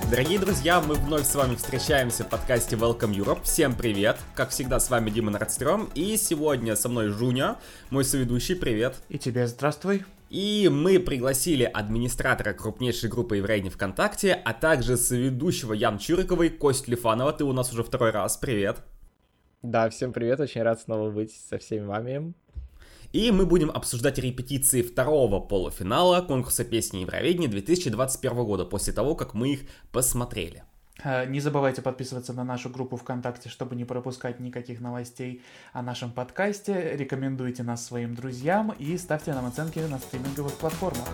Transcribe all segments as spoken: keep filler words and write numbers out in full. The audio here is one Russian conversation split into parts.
Дорогие друзья, мы вновь с вами встречаемся в подкасте Welcome Europe. Всем привет! Как всегда, с вами Дима Нордстрём. И сегодня со мной Жуня, мой соведущий. Привет! И тебе здравствуй! И мы пригласили администратора крупнейшей группы евреев ВКонтакте, а также соведущего Ян Чуриковой, Кость Лифанова. Ты у нас уже второй раз. Привет! Да, всем привет, очень рад снова быть со всеми вами. И мы будем обсуждать репетиции второго полуфинала конкурса песни Евровидения две тысячи двадцать первого года, после того, как мы их посмотрели. Не забывайте подписываться на нашу группу ВКонтакте, чтобы не пропускать никаких новостей о нашем подкасте. Рекомендуйте нас своим друзьям и ставьте нам оценки на стриминговых платформах.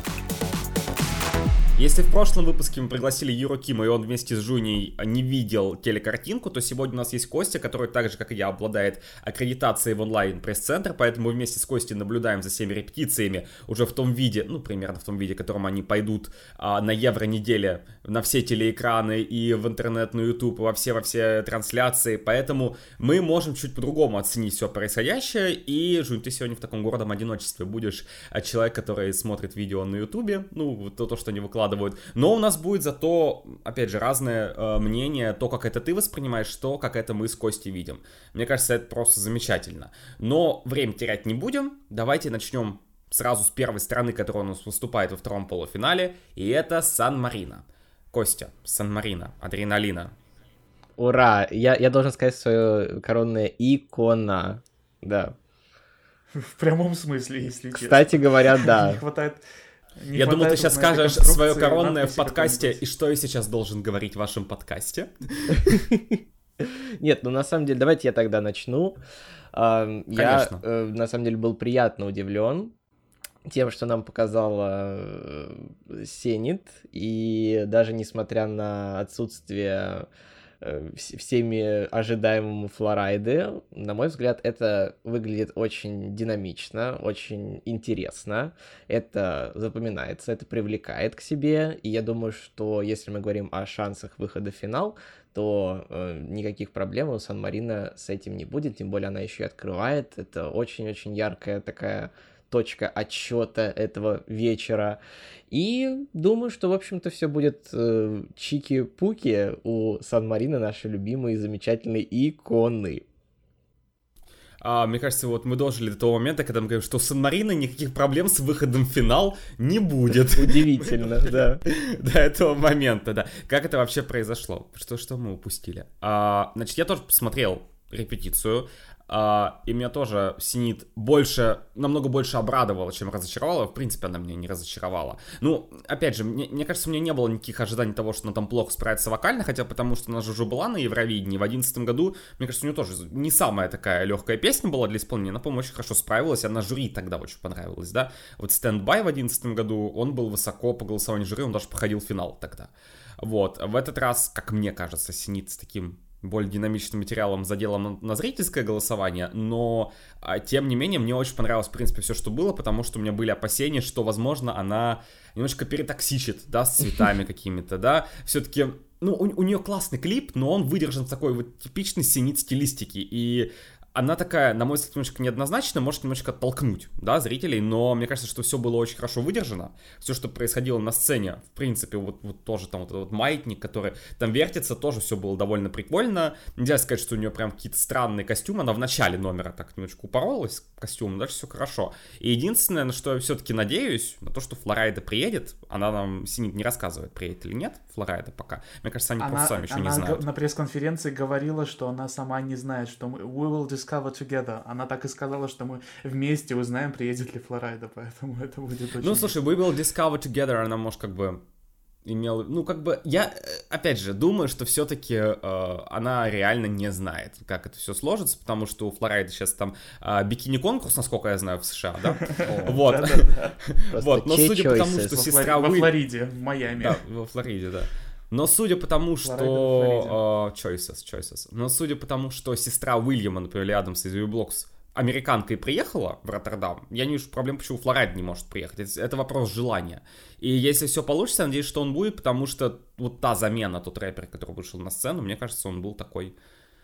Если в прошлом выпуске мы пригласили Юру Кима, и он вместе с Жуней не видел телекартинку, то сегодня у нас есть Костя, который так же, как и я, обладает аккредитацией в онлайн-пресс-центр, поэтому мы вместе с Костей наблюдаем за всеми репетициями уже в том виде, ну, примерно в том виде, в котором они пойдут а, на Евро-неделе на все телеэкраны и в интернет, на YouTube, во все, во все трансляции, поэтому мы можем чуть по-другому оценить все происходящее, и, Жунь, ты сегодня в таком гордом одиночестве будешь человек, который смотрит видео на YouTube, ну, то, то что они выкладывают. Но у нас будет зато, опять же, разное э, мнение, то, как это ты воспринимаешь, то, как это мы с Костей видим. Мне кажется, это просто замечательно. Но время терять не будем. Давайте начнем сразу с первой страны, которая у нас выступает во втором полуфинале. И это Сан-Марино. Костя, Сан-Марино, адреналина. Ура! Я, я должен сказать свое коронное икона. Да. В прямом смысле, если честно. Кстати говоря, да. Не хватает... Не я думал, ты сейчас скажешь свое коронное в подкасте, какой-нибудь. И что я сейчас должен говорить в вашем подкасте? Нет, ну на самом деле, давайте я тогда начну. Я, на самом деле, был приятно удивлен тем, что нам показала Сенит, и даже несмотря на отсутствие всеми ожидаемому Флорайды, на мой взгляд, это выглядит очень динамично, очень интересно, это запоминается, это привлекает к себе, и я думаю, что если мы говорим о шансах выхода в финал, то э, никаких проблем у Сан-Марино с этим не будет, тем более она еще и открывает, это очень-очень яркая такая точка отсчета этого вечера. И думаю, что, в общем-то, все будет э, чики-пуки у Сан-Марино, нашей любимой и замечательной иконы. А, мне кажется, вот мы дожили до того момента, когда мы говорим, что у Сан-Марино никаких проблем с выходом в финал не будет. Удивительно, да. До этого момента, да. Как это вообще произошло? Что, что мы упустили? А, значит, я тоже посмотрел репетицию. Uh, и меня тоже Сенит больше, намного больше обрадовала, чем разочаровала. В принципе, она меня не разочаровала. Ну, опять же, мне, мне кажется, у меня не было никаких ожиданий того, что она там плохо справится вокально, хотя потому что она же уже была на Евровидении в одиннадцатом году. Мне кажется, у нее тоже не самая такая легкая песня была для исполнения. Она, по-моему, очень хорошо справилась, она жюри тогда очень понравилась, да. Вот «Stand By» в одиннадцатом году, он был высоко по голосованию жюри, он даже проходил финал тогда. Вот, в этот раз, как мне кажется, Сенит с таким более динамичным материалом задела на, на зрительское голосование, но, а, тем не менее, мне очень понравилось, в принципе, все, что было, потому что у меня были опасения, что, возможно, она немножко перетоксичит, да, с цветами какими-то, да, все-таки, ну, у, у нее классный клип, но он выдержан в такой вот типичной Сенит стилистике, и она такая, на мой взгляд, немножко неоднозначно, может немножко оттолкнуть, да, зрителей, но мне кажется, что все было очень хорошо выдержано. Все, что происходило на сцене, в принципе, вот, вот тоже там вот этот вот маятник, который там вертится, тоже все было довольно прикольно. Нельзя сказать, что у нее прям какие-то странные костюмы. Она в начале номера так немножечко упоролась костюмом, дальше все хорошо. И единственное, на что я все-таки надеюсь, на то, что Флорайда приедет. Она нам, Сенит, не рассказывает, приедет или нет Флорайда пока. Мне кажется, они она, просто сами еще она не знают. Она на пресс-конференции говорила, что она сама не знает, что мы we will discover together. Она так и сказала, что мы вместе узнаем, приедет ли Флорайда, поэтому это будет очень... Ну, слушай, we will discover together, она, может, как бы имела... Ну, как бы, я, опять же, думаю, что все-таки э, она реально не знает, как это все сложится, потому что у Флорайды сейчас там э, бикини-конкурс, насколько я знаю, в США, да? Вот. Вот, но судя по тому, что сестра Уилл... Во Флориде, в Майами. Да, во Флориде, да. Но судя по тому, что... Uh, choices, choices. Но судя по тому, что сестра Уильяма, например, Адамса из U-Blocks, американкой приехала в Роттердам, я не вижу проблем, почему Флорайда не может приехать. Это, это вопрос желания. И если все получится, я надеюсь, что он будет, потому что вот та замена, тот рэпер, который вышел на сцену, мне кажется, он был такой...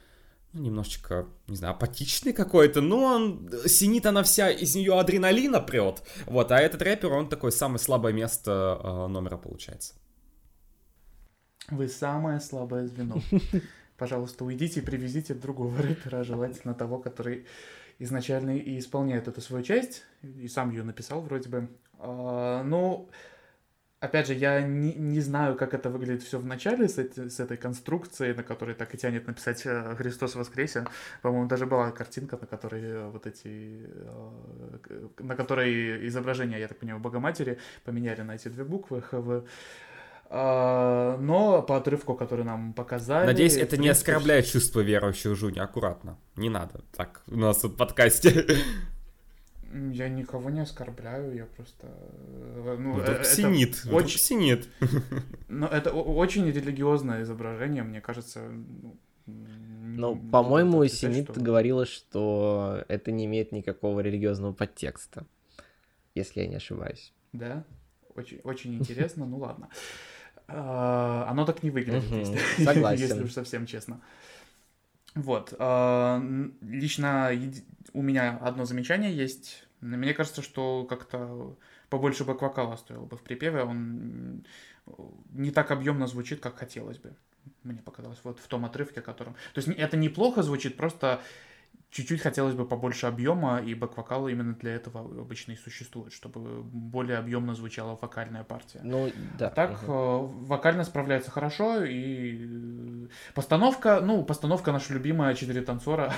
Ну, немножечко, не знаю, апатичный какой-то, но он, Сенит, она вся, из нее адреналина прет, вот, а этот рэпер, он такое самое слабое место э, номера получается. Вы самое слабое звено. Пожалуйста, уйдите и привезите другого рэпера, желательно того, который изначально и исполняет эту свою часть, и сам ее написал вроде бы. А, ну, опять же, я не, не знаю, как это выглядит все в начале с, эти, с этой конструкцией, на которой так и тянет написать «Христос воскресе». По-моему, даже была картинка, на которой вот эти... на которой изображение, я так понимаю, Богоматери поменяли на эти две буквы «ХВ». Uh, но по отрывку, который нам показали... Надеюсь, это принципе... не оскорбляет чувства верующего Жуни. Аккуратно. Не надо. Так, у нас тут в подкасте. Я никого не оскорбляю, я просто... Ну, вдруг синит. Вдруг очень... синит. Но это очень религиозное изображение, мне кажется... Ну, по-моему, Синит что... говорила, что это не имеет никакого религиозного подтекста, если я не ошибаюсь. Да? Очень, очень интересно, ну ладно. Uh, оно так не выглядит, угу, если, согласен. если уж совсем честно. Вот. Uh, лично у меня одно замечание есть. Мне кажется, что как-то побольше бэк-вокала стоило бы в припеве. Он не так объемно звучит, как хотелось бы. Мне показалось. Вот в том отрывке, которым... То есть это неплохо звучит, просто... Чуть-чуть хотелось бы побольше объема, и бэк-вокал именно для этого обычно и существует, чтобы более объемно звучала вокальная партия. Ну, да. А так, угу. вокально справляется хорошо, и постановка, ну, постановка наша любимая «Четыре танцора»,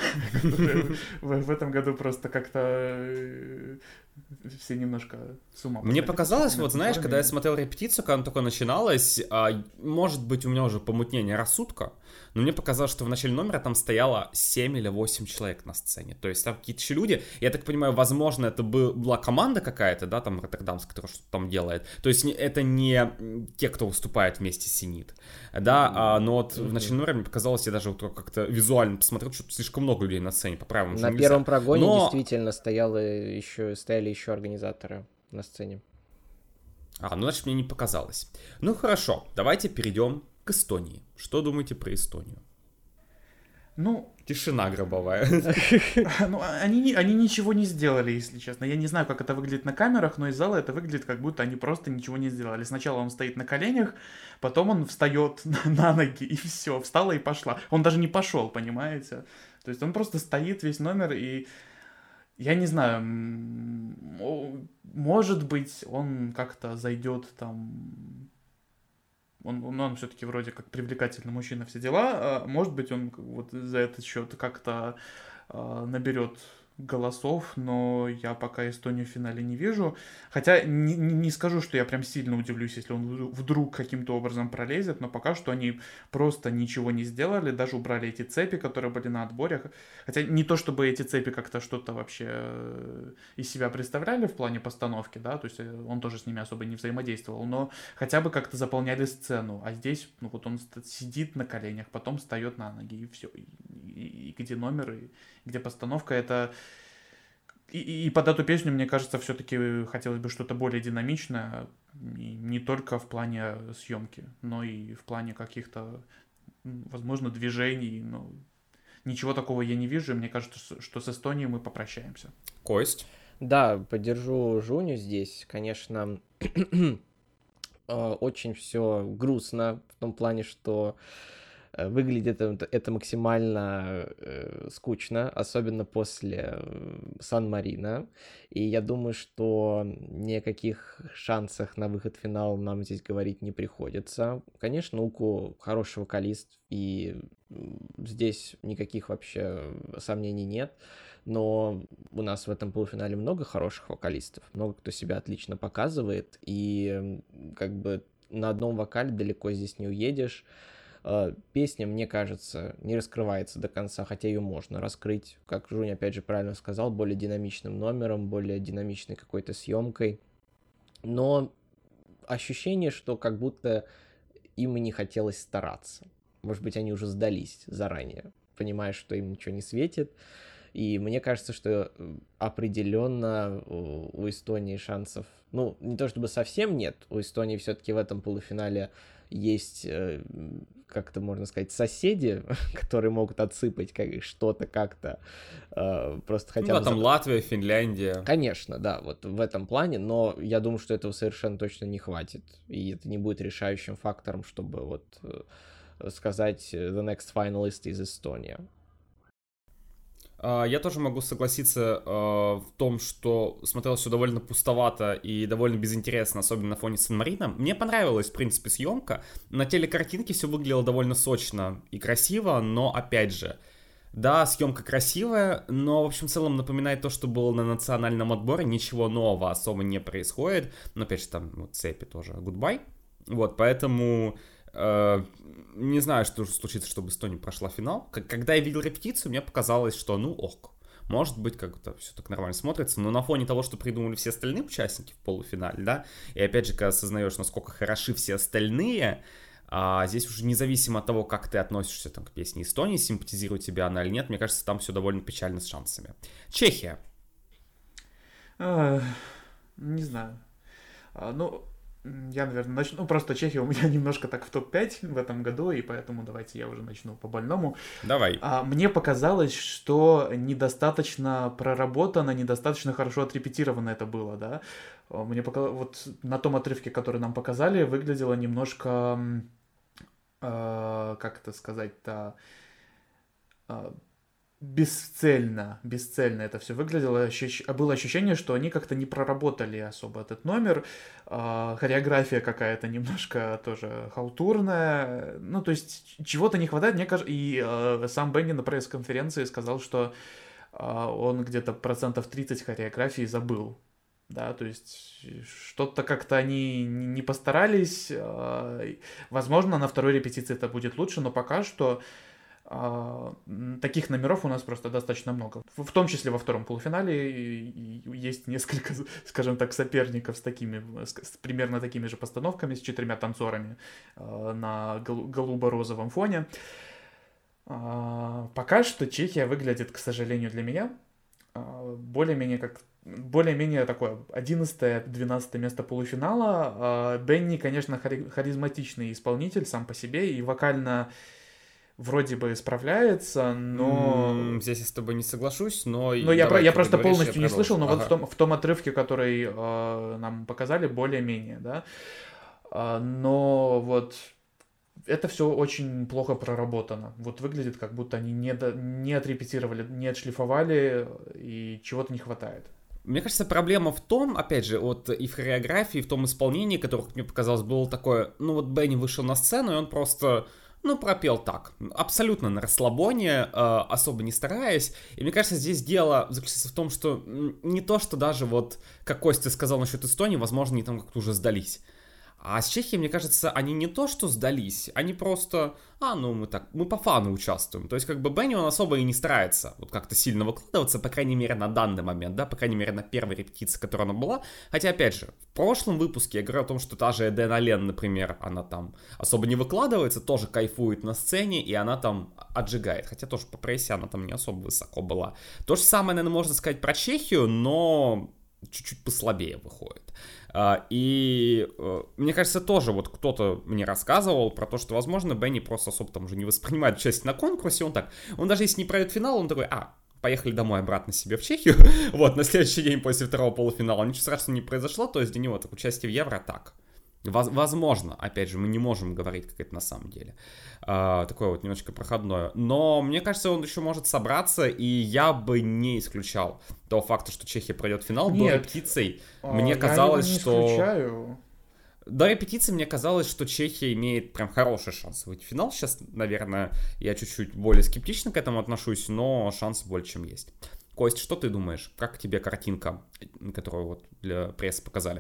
в этом году просто как-то все немножко с ума. Мне показалось, вот знаешь, когда я смотрел репетицию, когда она только начиналась, может быть, у меня уже помутнение рассудка, но мне показалось, что в начале номера там стояло семь или восемь человек на сцене. То есть там какие-то еще люди. Я так понимаю, возможно, это была команда какая-то, да, там роттердамская, которая что-то там делает. То есть это не те, кто выступает вместе с Синит. Да, а, но вот mm-hmm. в начале номера мне показалось, я даже вот как-то визуально посмотрел, что слишком много людей на сцене, по-правилам. На первом прогоне но... действительно стояло еще, стояли еще организаторы на сцене. А, ну значит, мне не показалось. Ну хорошо, давайте перейдем к Эстонии. Что думаете про Эстонию? Ну... Тишина гробовая. Ну, они, они ничего не сделали, если честно. Я не знаю, как это выглядит на камерах, но из зала это выглядит, как будто они просто ничего не сделали. Сначала он стоит на коленях, потом он встает на, на ноги, и все, встала и пошла. Он даже не пошел, понимаете? То есть он просто стоит весь номер, и я не знаю, может быть, он как-то зайдет там... Он, он, он все-таки вроде как привлекательный мужчина, все дела. Может быть, он вот за этот счет как-то а, наберет голосов, но я пока Эстонию в финале не вижу. Хотя не, не скажу, что я прям сильно удивлюсь, если он вдруг каким-то образом пролезет, но пока что они просто ничего не сделали, даже убрали эти цепи, которые были на отборе. Хотя не то, чтобы эти цепи как-то что-то вообще из себя представляли в плане постановки, да, то есть он тоже с ними особо не взаимодействовал, но хотя бы как-то заполняли сцену, а здесь, ну вот он сидит на коленях, потом встает на ноги, и все. И, и, и где номер, и где постановка, это... И, и под эту песню, мне кажется, все-таки хотелось бы что-то более динамичное, и не только в плане съемки, но и в плане каких-то, возможно, движений, но ничего такого я не вижу, и мне кажется, что с Эстонией мы попрощаемся. Кость? Да, поддержу Жуню здесь, конечно, очень все грустно в том плане, что выглядит это, это максимально э, скучно, особенно после Сан-Марино. И я думаю, что ни о каких шансах на выход в финал нам здесь говорить не приходится. Конечно, Уку хороший вокалист, и здесь никаких вообще сомнений нет. Но у нас в этом полуфинале много хороших вокалистов, много кто себя отлично показывает. И как бы на одном вокале далеко здесь не уедешь. Песня, мне кажется, не раскрывается до конца, хотя ее можно раскрыть, как Жуня опять же правильно сказал, более динамичным номером, более динамичной какой-то съемкой. Но ощущение, что как будто им и не хотелось стараться. Может быть, они уже сдались заранее, понимая, что им ничего не светит. И мне кажется, что определенно у Эстонии шансов, ну, не то чтобы совсем нет, у Эстонии все-таки в этом полуфинале есть как-то можно сказать, соседи, которые могут отсыпать как, что-то как-то, э, просто хотя ну, бы... да, там Латвия, Финляндия. Конечно, да, вот в этом плане, но я думаю, что этого совершенно точно не хватит, и это не будет решающим фактором, чтобы вот сказать «the next finalist is Estonia». Я тоже могу согласиться э, в том, что смотрелось все довольно пустовато и довольно безинтересно, особенно на фоне Сан-Марино. Мне понравилась, в принципе, съемка. На телекартинке все выглядело довольно сочно и красиво, но, опять же, да, съемка красивая, но, в общем, в целом напоминает то, что было на национальном отборе. Ничего нового особо не происходит. Но, опять же, там вот, цепи тоже goodbye. Вот, поэтому... Не знаю, что случится, чтобы Эстония прошла финал. Когда я видел репетицию, мне показалось, что ну ок. Может быть, как-то все так нормально смотрится, но на фоне того, что придумали все остальные участники в полуфинале, да, и опять же, когда осознаешь, насколько хороши все остальные, а здесь уже независимо от того, как ты относишься там, к песне Эстонии, симпатизирует тебе она или нет, мне кажется, там все довольно печально с шансами. Чехия. А, не знаю. А, ну... Я, наверное, начну. Ну, просто Чехия у меня немножко так в топ пять в этом году, и поэтому давайте я уже начну по-больному. Давай. А, мне показалось, что недостаточно проработано, недостаточно хорошо отрепетировано это было, да. Мне показалось, вот на том отрывке, который нам показали, выглядело немножко, э, как это сказать-то, э, бесцельно, бесцельно это все выглядело. Ощущ... Было ощущение, что они как-то не проработали особо этот номер. А, хореография какая-то немножко тоже халтурная. Ну, то есть, чего-то не хватает, мне кажется. И а, сам Бенни на пресс-конференции сказал, что а, он где-то процентов тридцать хореографии забыл. Да, то есть, что-то как-то они не постарались. А, возможно, на второй репетиции это будет лучше, но пока что таких номеров у нас просто достаточно много. В том числе во втором полуфинале есть несколько, скажем так, соперников с такими, с примерно такими же постановками, с четырьмя танцорами на голубо-розовом фоне. Пока что Чехия выглядит, к сожалению, для меня более-менее как более-менее такое одиннадцатое-двенадцатое место полуфинала. Бенни, конечно, харизматичный исполнитель сам по себе и вокально вроде бы справляется, но... Mm, здесь я с тобой не соглашусь, но... Но я, про, я просто полностью не слышал, но ага. вот в том, в том отрывке, который э, нам показали, более-менее, да. А, но вот это все очень плохо проработано. Вот выглядит, как будто они не, до, не отрепетировали, не отшлифовали, и чего-то не хватает. Мне кажется, проблема в том, опять же, вот и в хореографии, и в том исполнении, которое, как мне показалось, было такое... Ну вот Бенни вышел на сцену, и он просто... Ну, пропел так, абсолютно на расслабоне, э, особо не стараясь. И мне кажется, здесь дело заключается в том, что не то, что даже вот, как Костя сказал насчет Эстонии, возможно, они там как-то уже сдались. А с Чехией, мне кажется, они не то, что сдались, они просто, а, ну, мы так, мы по фану участвуем. То есть, как бы, Бенни, он особо и не старается вот как-то сильно выкладываться, по крайней мере, на данный момент, да, по крайней мере, на первой репетиции, которая она была. Хотя, опять же, в прошлом выпуске я говорил о том, что та же Эден Ален, например, она там особо не выкладывается, тоже кайфует на сцене, и она там отжигает. Хотя тоже по прессе она там не особо высоко была. То же самое, наверное, можно сказать про Чехию, но чуть-чуть послабее выходит. И мне кажется, тоже вот кто-то мне рассказывал про то, что, возможно, Бенни просто особо там уже не воспринимает участие на конкурсе, он так, он даже если не пройдет финал, он такой, а, поехали домой обратно себе в Чехию, вот, на следующий день после второго полуфинала ничего страшного не произошло, то есть для него так участие в Евро так. Возможно, опять же, мы не можем говорить, как это на самом деле. А, такое вот немножечко проходное. Но мне кажется, он еще может собраться, и я бы не исключал того факта, что Чехия пройдет финал. Нет. До репетиций а, мне я казалось, его не что... исключаю. До репетиции мне казалось, что Чехия имеет прям хороший шанс выйти в финал. Сейчас, наверное, я чуть-чуть более скептично к этому отношусь, но шанс больше, чем есть. Кость, что ты думаешь? Как тебе картинка, которую вот для прессы показали?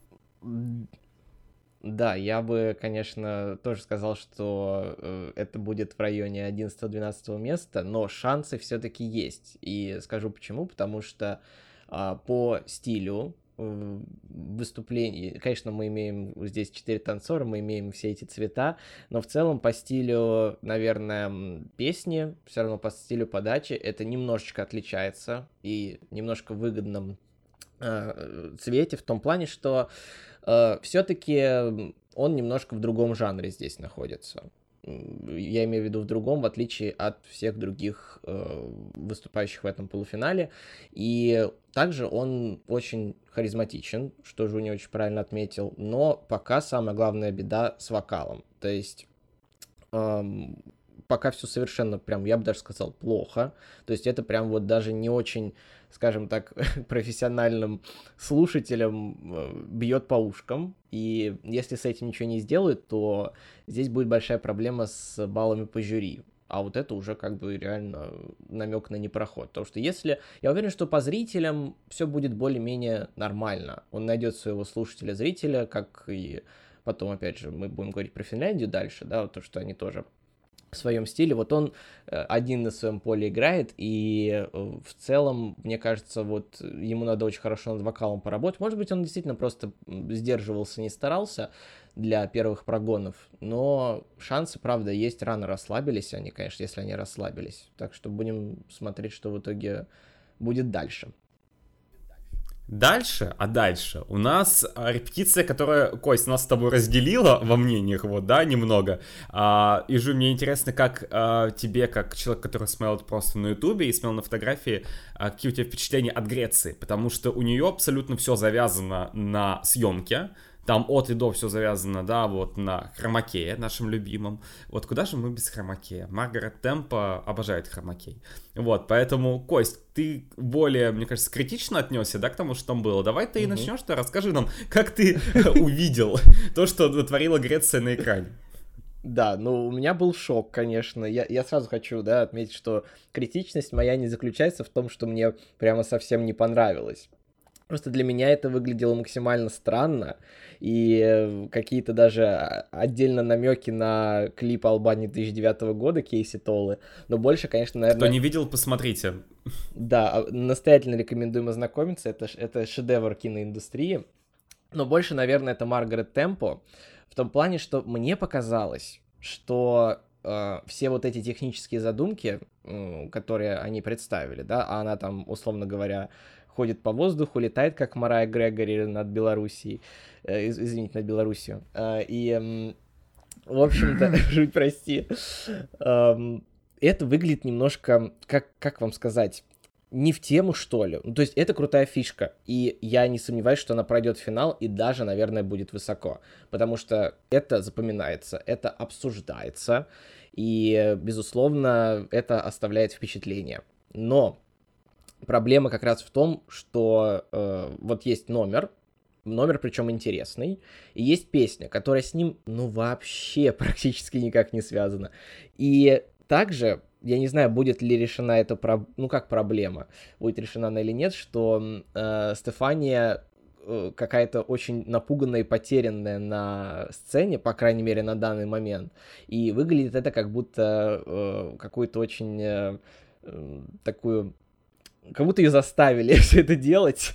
Да, я бы, конечно, тоже сказал, что э, это будет в районе одиннадцатого-двенадцатого места, но шансы все-таки есть. И скажу почему, потому что э, по стилю э, выступлений, конечно, мы имеем здесь четыре танцора, мы имеем все эти цвета, но в целом по стилю, наверное, песни, все равно по стилю подачи это немножечко отличается и немножко в выгодном э, цвете, в том плане, что Uh, все-таки он немножко в другом жанре здесь находится. Я имею в виду в другом, в отличие от всех других э, выступающих в этом полуфинале. И также он очень харизматичен, что Жуни очень правильно отметил, но пока самая главная беда с вокалом. То есть эм, пока все совершенно прям, я бы даже сказал, плохо. То есть это прям вот даже не очень, скажем так, профессиональным слушателям бьет по ушкам. И если с этим ничего не сделают, то здесь будет большая проблема с баллами по жюри. А вот это уже как бы реально намек на непроход. Потому что если... Я уверен, что по зрителям все будет более-менее нормально. Он найдет своего слушателя-зрителя, как и потом, опять же, мы будем говорить про Финляндию дальше, да, вот то, что они тоже в своем стиле. Вот он один на своем поле играет, и в целом, мне кажется, вот ему надо очень хорошо над вокалом поработать. Может быть, он действительно просто сдерживался, не старался для первых прогонов, но шансы, правда, есть. Рано расслабились они, конечно, если они расслабились. Так что будем смотреть, что в итоге будет дальше. Дальше, а дальше у нас репетиция, которая, Кость, нас с тобой разделила во мнениях, вот, да, немного. А, и же мне интересно, как а, тебе, как человек, который смотрел это просто на ютубе и смотрел на фотографии, а, какие у тебя впечатления от Греции, потому что у нее абсолютно все завязано на съемке. Там от и до все завязано, да, вот на хромакее, нашим любимом. Вот куда же мы без хромакея? Маргарет Темпо обожает хромакей. Вот, поэтому, Кость, ты более, мне кажется, критично отнесся, да, к тому, что там было. Давай ты и начнешь, ты расскажи нам, как ты увидел то, что натворила Греция на экране. Да, ну, у меня был шок, конечно. Я, я сразу хочу, да, отметить, что критичность моя не заключается в том, что мне прямо совсем не понравилось. Просто для меня это выглядело максимально странно, и какие-то даже отдельно намеки на клип Албании две тысячи девятого года Кейси Толлы, но больше, конечно, наверное... Кто не видел, посмотрите. Да, настоятельно рекомендуем ознакомиться, это, это шедевр киноиндустрии, но больше, наверное, это Маргарет Темпо, в том плане, что мне показалось, что э, все вот эти технические задумки, э, которые они представили, да, а она там, условно говоря, ходит по воздуху, летает, как Марайя Грегори над Белоруссией, э, извините, над Белоруссией, э, и, э, в общем-то, жуть, прости, э, это выглядит немножко, как, как вам сказать, не в тему, что ли, ну, то есть это крутая фишка, и я не сомневаюсь, что она пройдет в финал, и даже, наверное, будет высоко, потому что это запоминается, это обсуждается, и, безусловно, это оставляет впечатление, но проблема как раз в том, что э, вот есть номер, номер причем интересный, и есть песня, которая с ним, ну, вообще практически никак не связана. И также, я не знаю, будет ли решена эта, про... ну, как проблема, будет решена она или нет, что э, Стефания э, какая-то очень напуганная и потерянная на сцене, по крайней мере, на данный момент, и выглядит это как будто э, какую-то очень э, э, такую... Как будто ее заставили все это делать.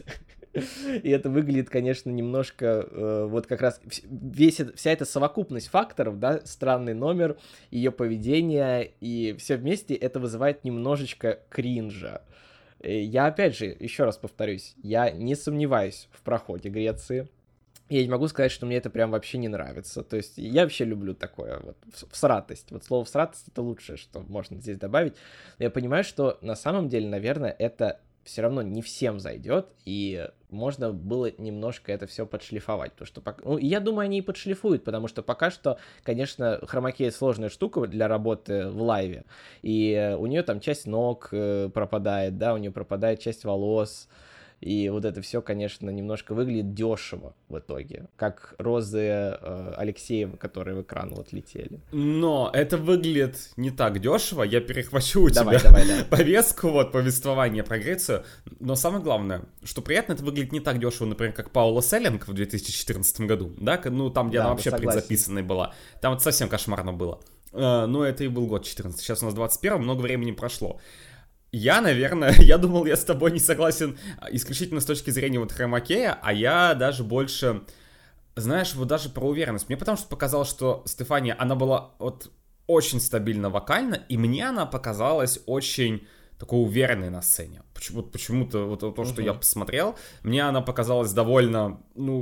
И это выглядит, конечно, немножко... Э, вот как раз весь, вся эта совокупность факторов, да, странный номер, ее поведение, и все вместе это вызывает немножечко кринжа. Я, опять же, еще раз повторюсь, я не сомневаюсь в проходе Греции. Я не могу сказать, что мне это прям вообще не нравится. То есть я вообще люблю такое вот всратость. Вот слово всратость — это лучшее, что можно здесь добавить. Но я понимаю, что на самом деле, наверное, это все равно не всем зайдет, и можно было немножко это все подшлифовать. Потому что пока... ну, я думаю, они и подшлифуют, потому что пока что, конечно, хромакей сложная штука для работы в лайве. И у нее там часть ног пропадает, да, у нее пропадает часть волос. И вот это все, конечно, немножко выглядит дешево в итоге, как розы э, Алексеева, которые в экран вот летели. Но это выглядит не так дешево. Я перехвачу у давай, тебя давай, да. повестку, вот, повествование про Грецию. Но самое главное, что приятно, это выглядит не так дешево, например, как Паула Селлинг в две тысячи четырнадцатом году, да, ну там, где да, она вообще согласен. предзаписанной была. Там это совсем кошмарно было. Uh, но это и был год четырнадцатый, сейчас у нас двадцать первый, много времени прошло. Я, наверное, я думал, я с тобой не согласен исключительно с точки зрения вот хромакея, а я даже больше, знаешь, вот даже про уверенность. Мне потому что показалось, что Стефания, она была вот очень стабильно вокально, и мне она показалась очень такой уверенной на сцене. Почему- почему-то вот то, что uh-huh. я посмотрел, мне она показалась довольно, ну,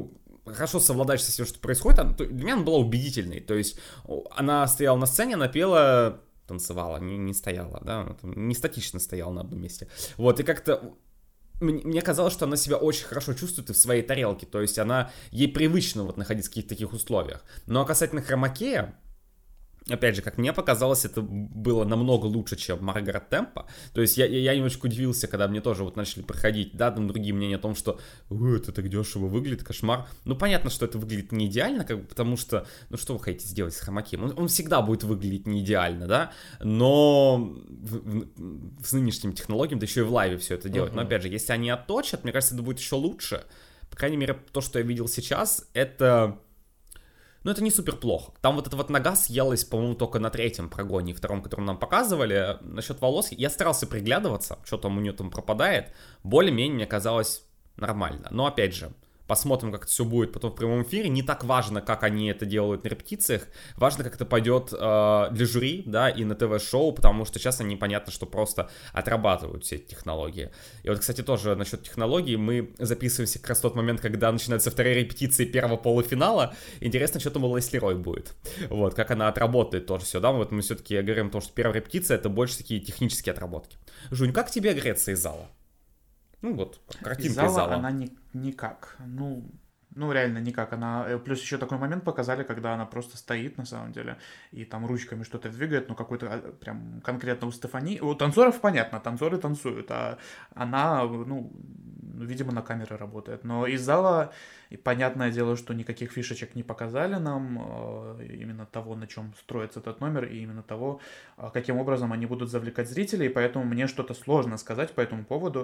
хорошо совладаешь со всем, что происходит, она, для меня она была убедительной. То есть она стояла на сцене, она пела, танцевала, не, не стояла, да, она там не статично стояла на одном месте. Вот, и как-то мне, мне казалось, что она себя очень хорошо чувствует и в своей тарелке, то есть она, ей привычно вот находиться в каких-то таких условиях. Но касательно хромакея, опять же, как мне показалось, это было намного лучше, чем Маргарет Темпо. То есть я, я, я немножко удивился, когда мне тоже вот начали проходить, да, там другие мнения о том, что это так дешево выглядит, кошмар. Ну, понятно, что это выглядит не идеально, как бы, потому что, ну, что вы хотите сделать с хромакеем? Он, он всегда будет выглядеть не идеально, да, но в, в, с нынешними технологиями, да еще и в лайве все это делать. Uh-huh. Но, опять же, если они отточат, мне кажется, это будет еще лучше. По крайней мере, то, что я видел сейчас, это... Ну, это не супер плохо. Там вот эта вот нога съелась, по-моему, только на третьем прогоне и втором, который нам показывали. Насчет волос, я старался приглядываться, что там у нее там пропадает. Более-менее мне казалось нормально. Но, опять же, посмотрим, как это все будет потом в прямом эфире. Не так важно, как они это делают на репетициях. Важно, как это пойдет э, для жюри, да, и на ТВ-шоу, потому что сейчас они, понятно, что просто отрабатывают все эти технологии. И вот, кстати, тоже насчет технологий. Мы записываемся как раз в тот момент, когда начинается вторая репетиция первого полуфинала. Интересно, что там у Лесли Рой будет. Вот, как она отработает тоже все, да. Вот мы все-таки говорим о том, что первая репетиция — это больше такие технические отработки. Жунь, как тебе Греция из зала? Ну вот, картинка из зала. Из зала она ни, никак. Ну, ну, реально никак. Она... Плюс еще такой момент показали, когда она просто стоит, на самом деле, и там ручками что-то двигает, ну, какой-то прям конкретно у Стефани. У танцоров понятно, танцоры танцуют, а она, ну, видимо, на камере работает. Но из зала, понятное дело, что никаких фишечек не показали нам, именно того, на чем строится этот номер, и именно того, каким образом они будут завлекать зрителей, поэтому мне что-то сложно сказать по этому поводу.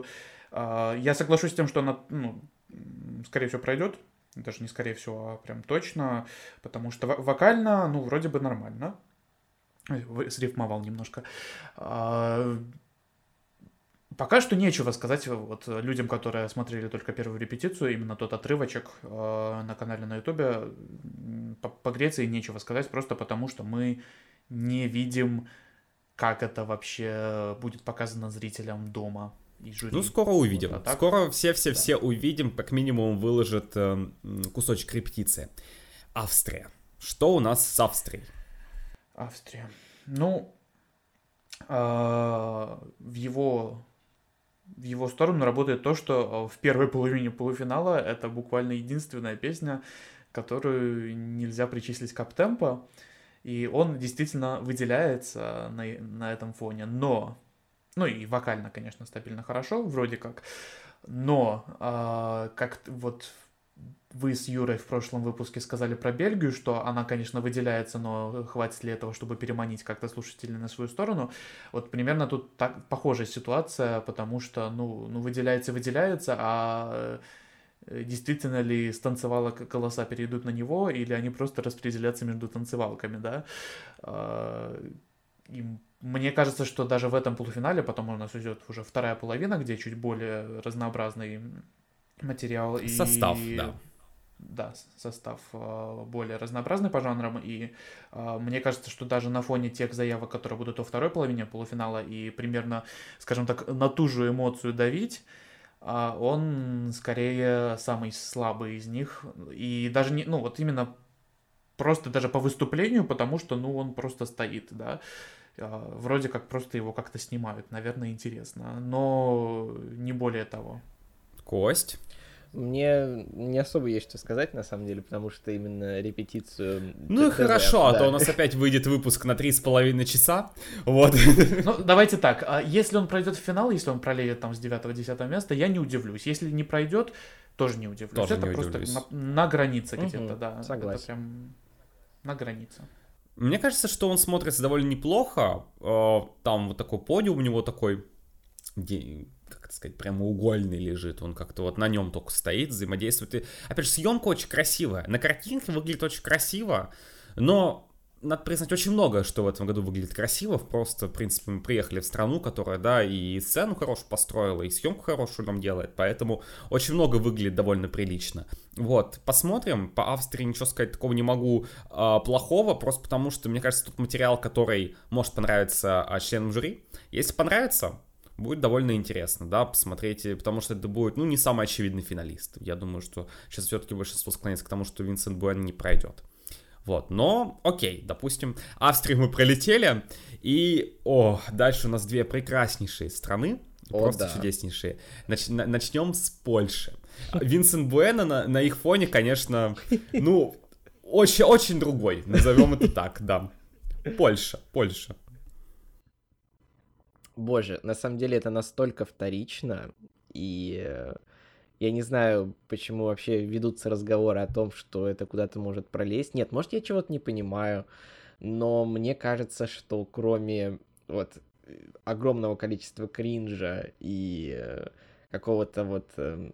Я соглашусь с тем, что она, ну, скорее всего, пройдет. Даже не скорее всего, а прям точно. Потому что вокально, ну, вроде бы нормально. Срифмовал немножко. Пока что нечего сказать вот людям, которые смотрели только первую репетицию, именно тот отрывочек на канале на Ютубе. По, по Греции нечего сказать, просто потому что мы не видим, как это вообще будет показано зрителям дома. Ну, скоро увидим. Вот, а скоро все-все-все да. увидим, как минимум выложат э, кусочек репетиции. Австрия. Что у нас с Австрией? Австрия. Ну, э, в его... в его сторону работает то, что в первой половине полуфинала это буквально единственная песня, которую нельзя причислить к ап-темпо, и он действительно выделяется на, на этом фоне, но... Ну и вокально, конечно, стабильно хорошо, вроде как. Но, э, как вот вы с Юрой в прошлом выпуске сказали про Бельгию, что она, конечно, выделяется, но хватит ли этого, чтобы переманить как-то слушателей на свою сторону. Вот примерно тут так, похожая ситуация, потому что, ну, ну выделяется, выделяется, а действительно ли с танцевалок голоса перейдут на него, или они просто распределятся между танцевалками, да? Э, им Мне кажется, что даже в этом полуфинале, потом у нас идет уже вторая половина, где чуть более разнообразный материал. Состав, и... да. Да, состав более разнообразный по жанрам. И мне кажется, что даже на фоне тех заявок, которые будут во второй половине полуфинала, и примерно, скажем так, на ту же эмоцию давить, он скорее самый слабый из них. И даже не, ну вот именно просто даже по выступлению, потому что, ну, он просто стоит, да. Вроде как просто его как-то снимают, наверное, интересно, но не более того. Кость? Мне не особо есть что сказать, на самом деле, потому что именно репетицию... Ну и хорошо, да. А то у нас опять выйдет выпуск на три с половиной часа, вот. Ну, давайте так, если он пройдет в финал, если он пролезет там с девятого-десятого места, я не удивлюсь. Если не пройдет, тоже не удивлюсь. Тоже это не просто удивлюсь. На, на границе угу, где-то, да. Согласен. Это прям на границе. Мне кажется, что он смотрится довольно неплохо. Там вот такой подиум у него такой, как это сказать, прямоугольный лежит. Он как-то вот на нем только стоит, взаимодействует. И, опять же, съемка очень красивая. На картинке выглядит очень красиво, но надо признать, очень много, что в этом году выглядит красиво. Просто, в принципе, мы приехали в страну, которая, да, и сцену хорошую построила, и съемку хорошую нам делает, поэтому очень много выглядит довольно прилично. Вот, посмотрим. По Австрии ничего сказать такого не могу а, плохого, просто потому что, мне кажется, тут материал, который может понравиться а, членам жюри. Если понравится, будет довольно интересно, да, посмотрите, потому что это будет, ну, не самый очевидный финалист. Я думаю, что сейчас все-таки большинство склоняется к тому, что Винсент Буэн не пройдет. Вот, но, окей, допустим, Австрию мы пролетели, и, о, дальше у нас две прекраснейшие страны, о, просто да. чудеснейшие. Нач- начнем с Польши. Винсент Буэна на, на их фоне, конечно, ну, очень-очень другой, назовем это так, да. Польша, Польша. Боже, на самом деле это настолько вторично, и я не знаю, почему вообще ведутся разговоры о том, что это куда-то может пролезть. Нет, может, я чего-то не понимаю, но мне кажется, что кроме вот огромного количества кринжа и какого-то вот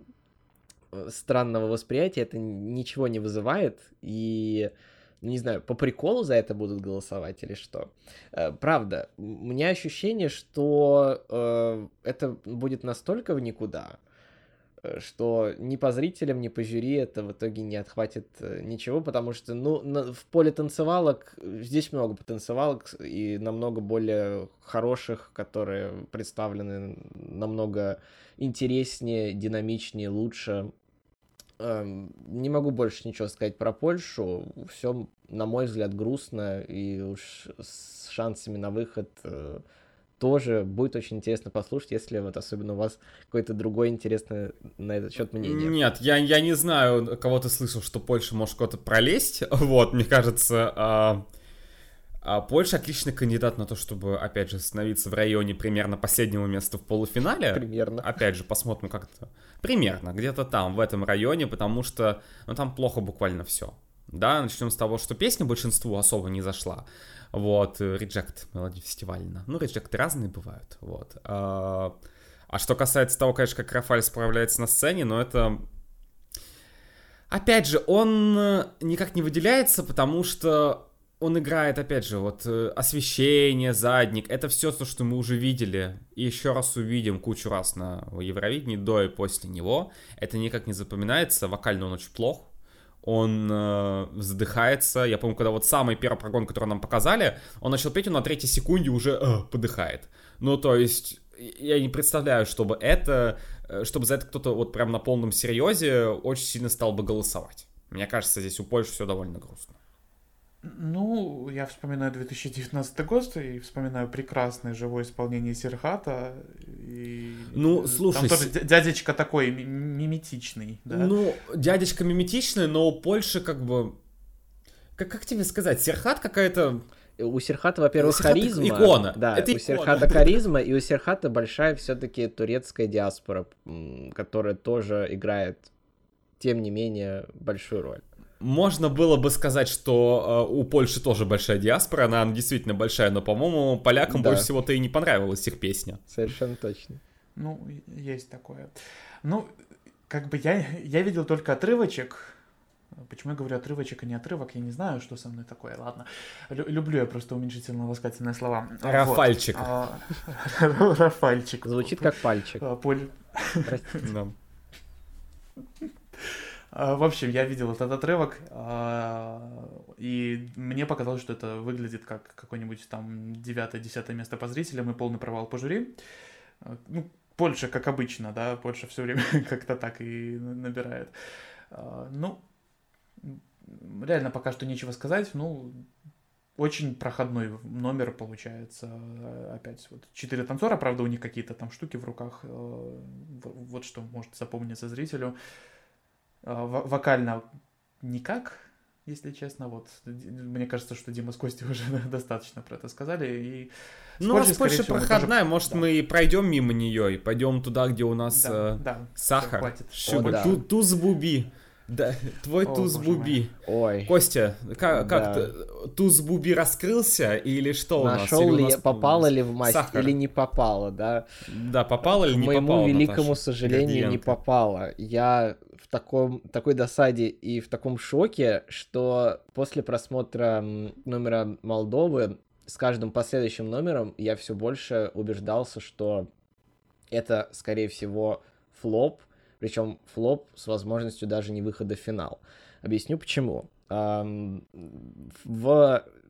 странного восприятия, это ничего не вызывает, и... не знаю, по приколу за это будут голосовать или что. Правда, у меня ощущение, что э, это будет настолько в никуда, что ни по зрителям, ни по жюри это в итоге не отхватит ничего, потому что, ну, на, в поле танцевалок здесь много потанцевалок и намного более хороших, которые представлены намного интереснее, динамичнее, лучше. Не могу больше ничего сказать про Польшу. Все, на мой взгляд, грустно, и уж с шансами на выход э, тоже будет очень интересно послушать, если вот особенно у вас какое-то другое интересное на этот счет мнение. Нет, я, я не знаю, кого ты слышал, что Польша может куда-то пролезть. Вот, мне кажется, а, а Польша отличный кандидат на то, чтобы, опять же, становиться в районе примерно последнего места в полуфинале. Примерно. Опять же, посмотрим как-то. Примерно, где-то там, в этом районе, потому что, ну, там плохо буквально все. Да, начнем с того, что песня большинству особо не зашла. Вот, Reject, мелодия фестивальная. Ну, Reject разные бывают, вот. А, а что касается того, конечно, как Рафаэль справляется на сцене, но это... Опять же, он никак не выделяется, потому что он играет, опять же, вот освещение, задник, это все то, что мы уже видели, и еще раз увидим кучу раз на Евровидении, до и после него. Это никак не запоминается, вокально он очень плох, он э, задыхается. Я помню, когда вот самый первый прогон, который нам показали, он начал петь, он на третьей секунде уже э, подыхает. Ну, то есть, я не представляю, чтобы это, чтобы за это кто-то вот прям на полном серьезе очень сильно стал бы голосовать. Мне кажется, здесь у Польши все довольно грустно. Ну, я вспоминаю две тысячи девятнадцатый год и вспоминаю прекрасное живое исполнение Серхата. И ну, слушай... Там тоже дядечка такой миметичный, да? Ну, дядечка миметичный, но у Польши как бы... Как, как тебе сказать? Серхат какая-то... У Серхата, во-первых, Серхат харизма. Икона. Да, это у икона. Серхата харизма, и у Серхата большая все-таки турецкая диаспора, которая тоже играет, тем не менее, большую роль. Можно было бы сказать, что э, у Польши тоже большая диаспора, она действительно большая, но, по-моему, полякам да. больше всего-то и не понравилась их песня. Совершенно точно. Ну, есть такое. Ну, как бы я, я видел только отрывочек. Почему я говорю отрывочек, а не отрывок, я не знаю, что со мной такое. Ладно. Лю- люблю я просто уменьшительно-ласкательные слова. Рафальчик. Вот. Рафальчик. Звучит как пальчик. Поль... Простите. В общем, я видел этот отрывок, и мне показалось, что это выглядит как какое-нибудь там девятое-десятое место по зрителям и полный провал по жюри. Ну, Польша, как обычно, да, Польша все время как-то так и набирает. Ну, реально пока что нечего сказать, ну, очень проходной номер получается. Опять вот четыре танцора, правда, у них какие-то там штуки в руках, вот что может запомниться зрителю. Вокально никак, если честно, вот, мне кажется, что Дима с Костей уже достаточно про это сказали, и... Ну, у нас Польша проходная, тоже... может, да. мы и пройдем мимо нее, и пойдем туда, где у нас да, э, да, сахар, О, да. Ту, туз-буби, да, твой О, туз-буби. Ой. Костя, как, да. как туз-буби раскрылся, или что Нашел у нас? Нашел ли, нас попало ли в масть, сахар? или не попало, да? Да, попало или К не попало, попало, К моему великому Наташа? сожалению, Градиенты. Не попало. Я... в таком, такой досаде и в таком шоке, что после просмотра номера Молдовы с каждым последующим номером я все больше убеждался, что это, скорее всего, флоп, причем флоп с возможностью даже не выхода в финал. Объясню почему. В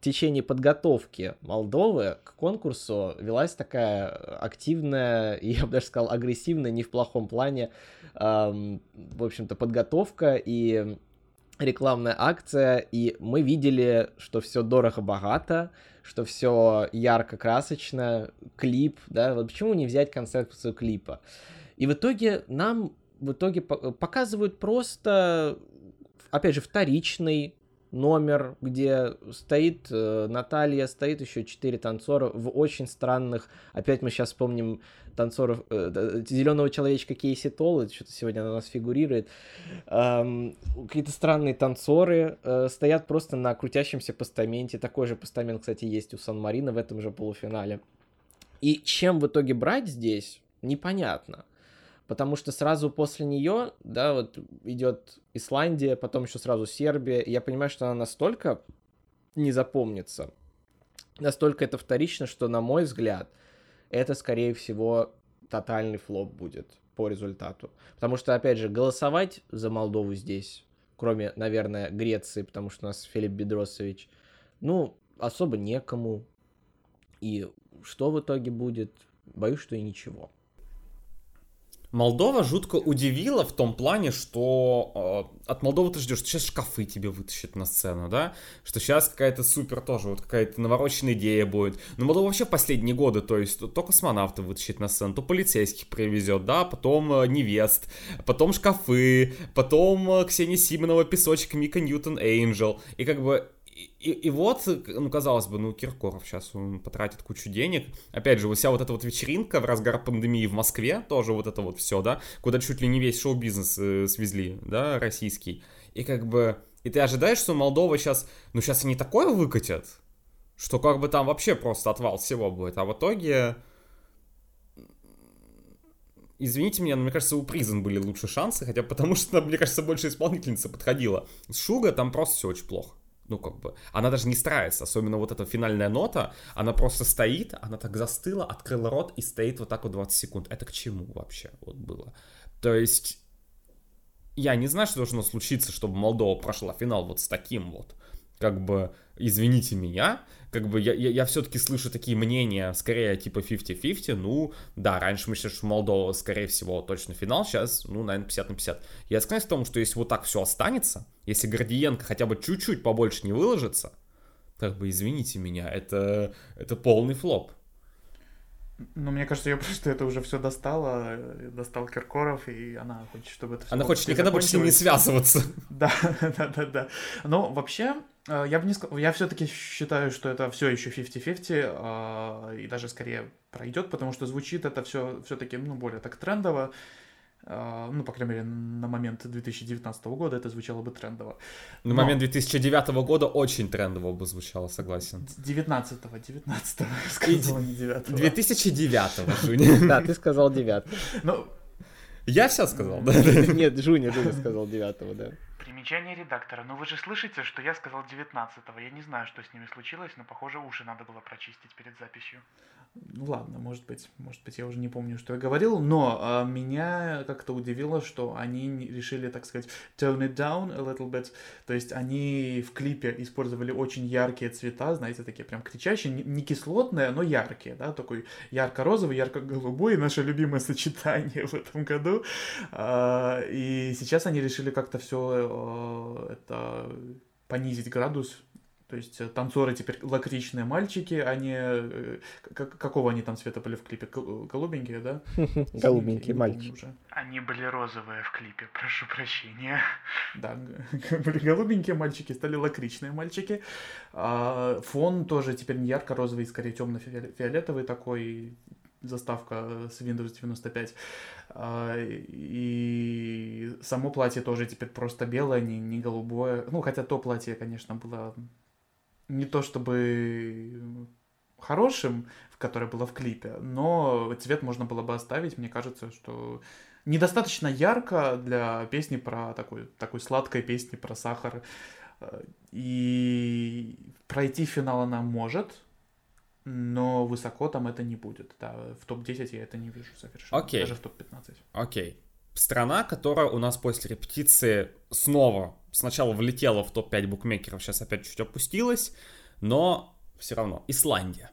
течение подготовки Молдовы к конкурсу велась такая активная, и я бы даже сказал, агрессивная, не в плохом плане, эм, в общем-то, подготовка и рекламная акция, и мы видели, что все дорого-богато, что все ярко-красочно, клип, да, вот почему не взять концепцию клипа? И в итоге нам в итоге показывают просто, опять же, вторичный номер, где стоит э, Наталья, стоит еще четыре танцора в очень странных, опять мы сейчас вспомним танцоров, э, зеленого человечка Кейси Толл, что-то сегодня она у нас фигурирует, эм, какие-то странные танцоры э, стоят просто на крутящемся постаменте, такой же постамент, кстати, есть у Сан-Марино в этом же полуфинале. И чем в итоге брать здесь, непонятно. Потому что сразу после нее, да, вот идет Исландия, потом еще сразу Сербия. И я понимаю, что она настолько не запомнится, настолько это вторично, что, на мой взгляд, это, скорее всего, тотальный флоп будет по результату. Потому что, опять же, голосовать за Молдову здесь, кроме, наверное, Греции, потому что у нас Филипп Бедросович, ну, особо некому. И что в итоге будет? Боюсь, что и ничего. Молдова жутко удивила в том плане, что э, от Молдовы ты ждешь, что сейчас шкафы тебе вытащат на сцену, да, что сейчас какая-то супер тоже, вот какая-то навороченная идея будет. Но Молдова вообще в последние годы, то есть то, то космонавты вытащит на сцену, то полицейских привезет, да, потом э, невест, потом шкафы, потом э, Ксения Симонова, Песочек, Мика Ньютон, Эйнджел, и как бы... И, и вот, ну, казалось бы, ну, Киркоров сейчас он потратит кучу денег. Опять же, вся вот эта вот вечеринка в разгар пандемии в Москве, тоже вот это вот все, да, куда чуть ли не весь шоу-бизнес э, свезли, да, российский. И как бы, и ты ожидаешь, что Молдова сейчас, ну, сейчас они такое выкатят, что как бы там вообще просто отвал всего будет. А в итоге, извините меня, но мне кажется, у Prison были лучше шансы, хотя потому что, мне кажется, больше исполнительница подходила. С Шуга там просто все очень плохо. Ну, как бы, она даже не старается, особенно вот эта финальная нота, она просто стоит, она так застыла, открыла рот и стоит вот так вот двадцать секунд. Это к чему вообще вот было? То есть, я не знаю, что должно случиться, чтобы Молдова прошла финал вот с таким вот, как бы, извините меня, как бы, я, я, я все-таки слышу такие мнения, скорее, типа пятьдесят на пятьдесят, ну, да, раньше мы считали, что Молдова, скорее всего, точно финал, сейчас, ну, наверное, пятьдесят на пятьдесят. Я склоняюсь к тому, что если вот так все останется, если Гордиенко хотя бы чуть-чуть побольше не выложится, как бы, извините меня, это, это полный флоп. Ну, мне кажется, ее просто это уже все достало, достал Киркоров, и она хочет, чтобы это все Она хочет никогда больше с ним не связываться. Да, да, да, да. Но вообще, я бы не сказал, я все-таки считаю, что это все еще пятьдесят на пятьдесят, и даже скорее пройдет, потому что звучит это все все-таки, ну, более так трендово. Ну, по крайней мере, на момент две тысячи девятнадцатого года это звучало бы трендово. На момент две тысячи девятого года очень трендово бы звучало, согласен. девятнадцатого, девятнадцатого, сказал, не девятого. две тысячи девятого, Жуня. Да, ты сказал девятого. Ну, я все сказал, да? Нет, Жуня, Жуня сказал девятого, да. Примечание редактора. Ну вы же слышите, что я сказал девятнадцатого. Я не знаю, что с ними случилось, но, похоже, уши надо было прочистить перед записью. Ну ладно, может быть, может быть, я уже не помню, что я говорил, но а, меня как-то удивило, что они решили, так сказать, tone it down a little bit, то есть они в клипе использовали очень яркие цвета, знаете, такие прям кричащие, не, не кислотные, но яркие, да, такой ярко-розовый, ярко-голубой, наше любимое сочетание в этом году, а, и сейчас они решили как-то все а, это понизить градус. То есть танцоры теперь лакричные мальчики, они... Как, какого они там цвета были в клипе? Голубенькие, да? Голубенькие мальчики. Они были розовые в клипе, прошу прощения. Да, были голубенькие мальчики, стали лакричные мальчики. А фон тоже теперь не ярко-розовый, скорее темно-фиолетовый такой, заставка с Windows девяносто пять. А, и само платье тоже теперь просто белое, не, не голубое. Ну, хотя то платье, конечно, было... не то чтобы хорошим, которое было в клипе, но цвет можно было бы оставить. Мне кажется, что недостаточно ярко для песни про такой, такой сладкой песни про сахар. И пройти финал она может, но высоко там это не будет. Да, в топ десять я это не вижу совершенно. Okay. Даже в топ пятнадцать. Окей. Okay. Страна, которая у нас после репетиции снова сначала влетела в топ пять букмекеров, сейчас опять чуть опустилась, Но все равно, Исландия.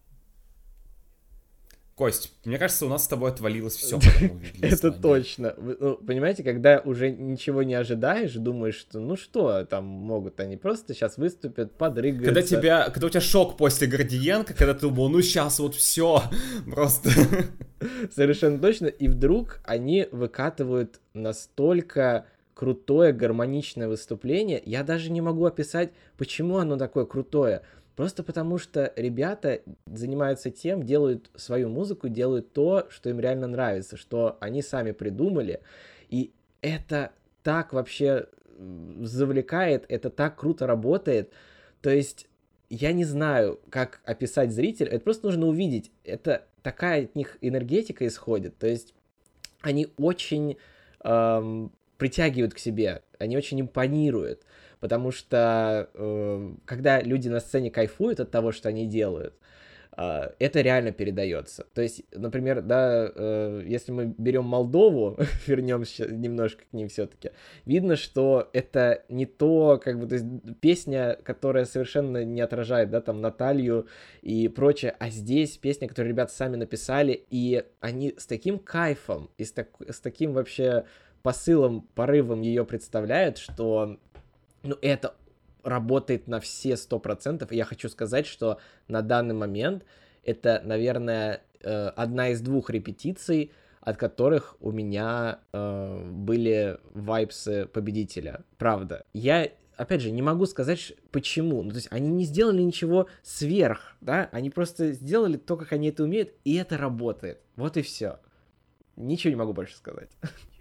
Кость, мне кажется, у нас с тобой отвалилось все. Это точно. Ну, понимаете, когда уже ничего не ожидаешь, думаешь, что ну что, там могут они просто сейчас выступят, подрыгаются. Когда, тебя, когда у тебя шок после Гордиенко, когда ты думал, ну сейчас вот все, просто... Совершенно точно. И вдруг они выкатывают настолько крутое, гармоничное выступление. Я даже не могу описать, почему оно такое крутое. Просто потому что ребята занимаются тем, делают свою музыку, делают то, что им реально нравится, что они сами придумали. И это так вообще завлекает, это так круто работает. То есть я не знаю, как описать зрителя, это просто нужно увидеть. Это такая от них энергетика исходит. То есть они очень эм, притягивают к себе, они очень импонируют. Потому что э, когда люди на сцене кайфуют от того, что они делают, э, это реально передается. То есть, например, да, э, если мы берем Молдову, вернемся немножко к ним все-таки, видно, что это не то, как бы, то есть песня, которая совершенно не отражает, да, там, Наталью и прочее, а здесь песня, которую ребята сами написали, и они с таким кайфом и с, так, с таким вообще посылом, порывом ее представляют, что... Ну, это работает на все сто процентов. И я хочу сказать, что на данный момент это, наверное, одна из двух репетиций, от которых у меня э, были вайбсы победителя. Правда. Я, опять же, не могу сказать, почему. Ну, то есть они не сделали ничего сверх, да? Они просто сделали то, как они это умеют, и это работает. Вот и все. Ничего не могу больше сказать.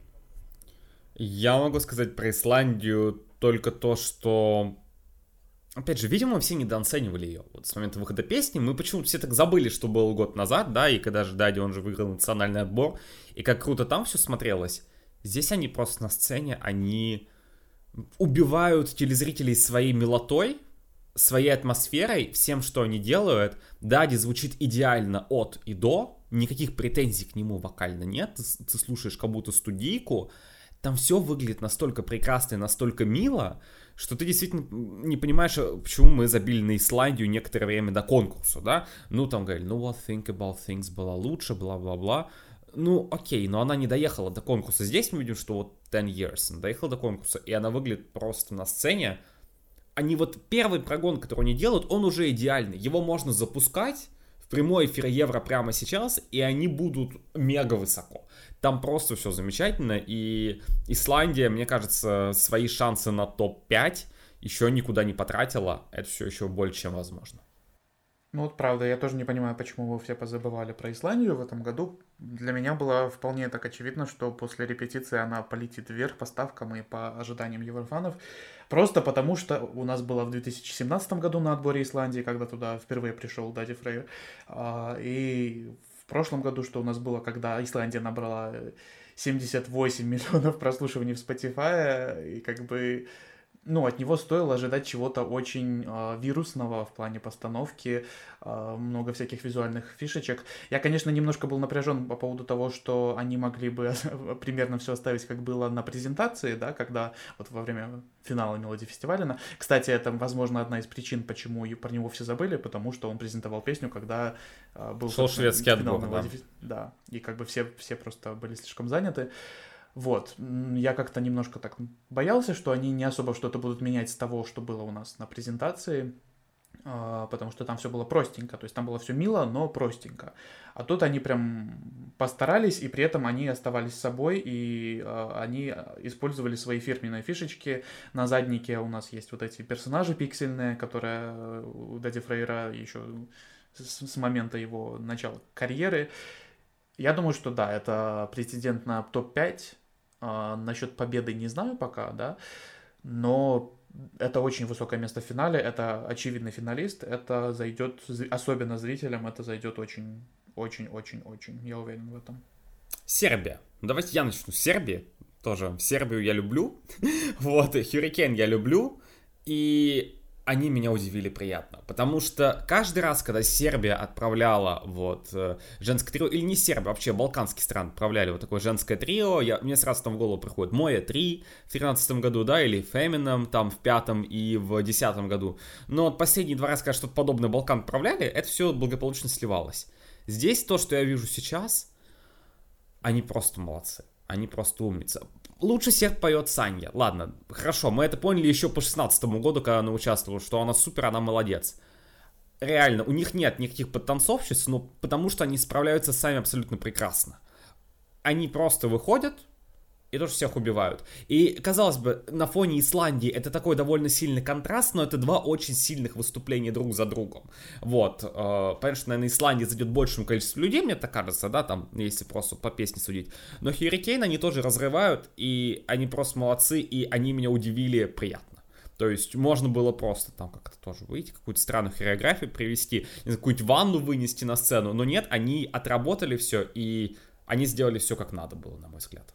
Я могу сказать про Исландию только то, что, опять же, видимо, все недооценивали ее. Вот с момента выхода песни мы почему-то все так забыли, что было год назад, да, и когда же Дади, он же выиграл национальный отбор, и как круто там все смотрелось. Здесь они просто на сцене, они убивают телезрителей своей милотой, своей атмосферой, всем, что они делают. Дади звучит идеально от и до, никаких претензий к нему вокально нет, ты, ты слушаешь как будто студийку. Там все выглядит настолько прекрасно и настолько мило, что ты действительно не понимаешь, почему мы забили на Исландию некоторое время до конкурса, да? Ну, там говорили, ну вот, Think About Things была лучше, бла-бла-бла. Ну, окей, но она не доехала до конкурса. Здесь мы видим, что вот ten years, она доехала до конкурса, и она выглядит просто на сцене. Они вот первый прогон, который они делают, он уже идеальный. Его можно запускать в прямой эфир Евро прямо сейчас, и они будут мега высоко. Там просто все замечательно, и Исландия, мне кажется, свои шансы на топ пять еще никуда не потратила. Это все еще больше, чем возможно. Ну вот правда, я тоже не понимаю, почему вы все позабывали про Исландию в этом году. Для меня было вполне так очевидно, что после репетиции она полетит вверх по ставкам и по ожиданиям еврофанов. Просто потому, что у нас было в две тысячи семнадцатом году на отборе Исландии, когда туда впервые пришел Дади Фрейр. И в прошлом году, что у нас было, когда Исландия набрала семьдесят восемь миллионов прослушиваний в Spotify, и как бы... Ну, от него стоило ожидать чего-то очень э, вирусного в плане постановки, э, много всяких визуальных фишечек. Я, конечно, немножко был напряжен по поводу того, что они могли бы примерно все оставить, как было на презентации, да, когда вот во время финала Мелоди Фестиваля. Кстати, это, возможно, одна из причин, почему про него все забыли, потому что он презентовал песню, когда э, был шел шведский отбор, да. Фест... да, и как бы все, все просто были слишком заняты. Вот, я как-то немножко так боялся, что они не особо что-то будут менять с того, что было у нас на презентации, потому что там все было простенько, то есть там было все мило, но простенько. А тут они прям постарались, и при этом они оставались собой, и они использовали свои фирменные фишечки. На заднике у нас есть вот эти персонажи пиксельные, которые у Дади Фрейра еще с момента его начала карьеры. Я думаю, что да, это претендент на топ пять. А, насчет победы не знаю пока, да, но это очень высокое место в финале, это очевидный финалист, это зайдет, особенно зрителям, это зайдет очень, очень, очень, очень, я уверен в этом. Сербия. Давайте я начну с Сербии. Тоже Сербию я люблю. Вот, Hurricane я люблю. И они меня удивили приятно, потому что каждый раз, когда Сербия отправляла вот женское трио, или не Сербия, вообще балканские страны отправляли вот такое женское трио, я, мне сразу там в голову приходит Моя три в тринадцатом году, да, или Фемином там в пятом и в десятом году, но вот последние два раза, когда что-то подобное Балкан отправляли, это все благополучно сливалось. Здесь то, что я вижу сейчас, они просто молодцы, они просто умницы. Лучше всех поет Саня. Ладно, хорошо, мы это поняли еще по шестнадцатому году, когда она участвовала, что она супер, она молодец. Реально, у них нет никаких подтанцовщиц, но потому что они справляются сами абсолютно прекрасно. Они просто выходят и тоже всех убивают. И, казалось бы, на фоне Исландии это такой довольно сильный контраст, но это два очень сильных выступления друг за другом. Вот. Э, понятно, что, наверное, Исландия зайдет большему количеству людей, мне так кажется, да, там, если просто по песне судить. Но Hurricane они тоже разрывают, и они просто молодцы, и они меня удивили приятно. То есть можно было просто там как-то тоже выйти, какую-то странную хореографию привести, какую-нибудь ванну вынести на сцену, но нет, они отработали все, и они сделали все как надо было, на мой взгляд.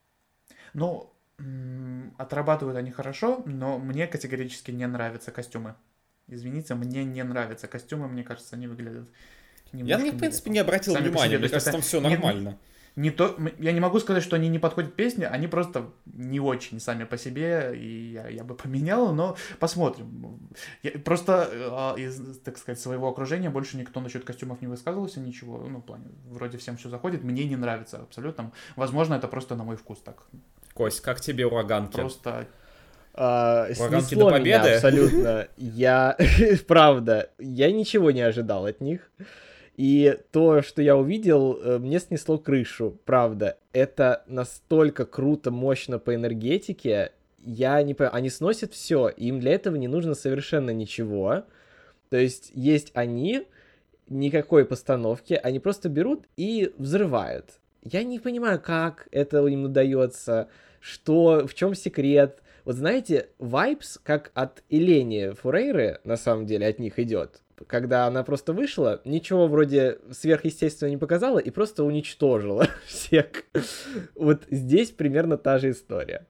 Ну, отрабатывают они хорошо, но мне категорически не нравятся костюмы. Извините, мне не нравятся костюмы, мне кажется, они выглядят немножко... Я, в принципе, не обратил Сами внимания, себе, мне кажется, там все нормально. Не, не то, я не могу сказать, что они не подходят песне, они просто не очень сами по себе, и я, я бы поменял, но посмотрим. Я, просто из, так сказать, своего окружения больше никто насчет костюмов не высказывался, ничего, ну, в плане, вроде всем все заходит, мне не нравится абсолютно. Возможно, это просто на мой вкус так. Кость, как тебе ураганки? Просто... А, снесло до меня абсолютно. Я, правда, я ничего не ожидал от них. И то, что я увидел, мне снесло крышу, правда. Это настолько круто, мощно по энергетике. Я не понимаю, они сносят все, им для этого не нужно совершенно ничего. То есть есть они, никакой постановки, они просто берут и взрывают. Я не понимаю, как это им удается, что, в чем секрет. Вот знаете, вайбс, как от Элени Фурейры, на самом деле, от них идет. Когда она просто вышла, ничего вроде сверхъестественного не показала и просто уничтожила всех. Вот здесь примерно та же история.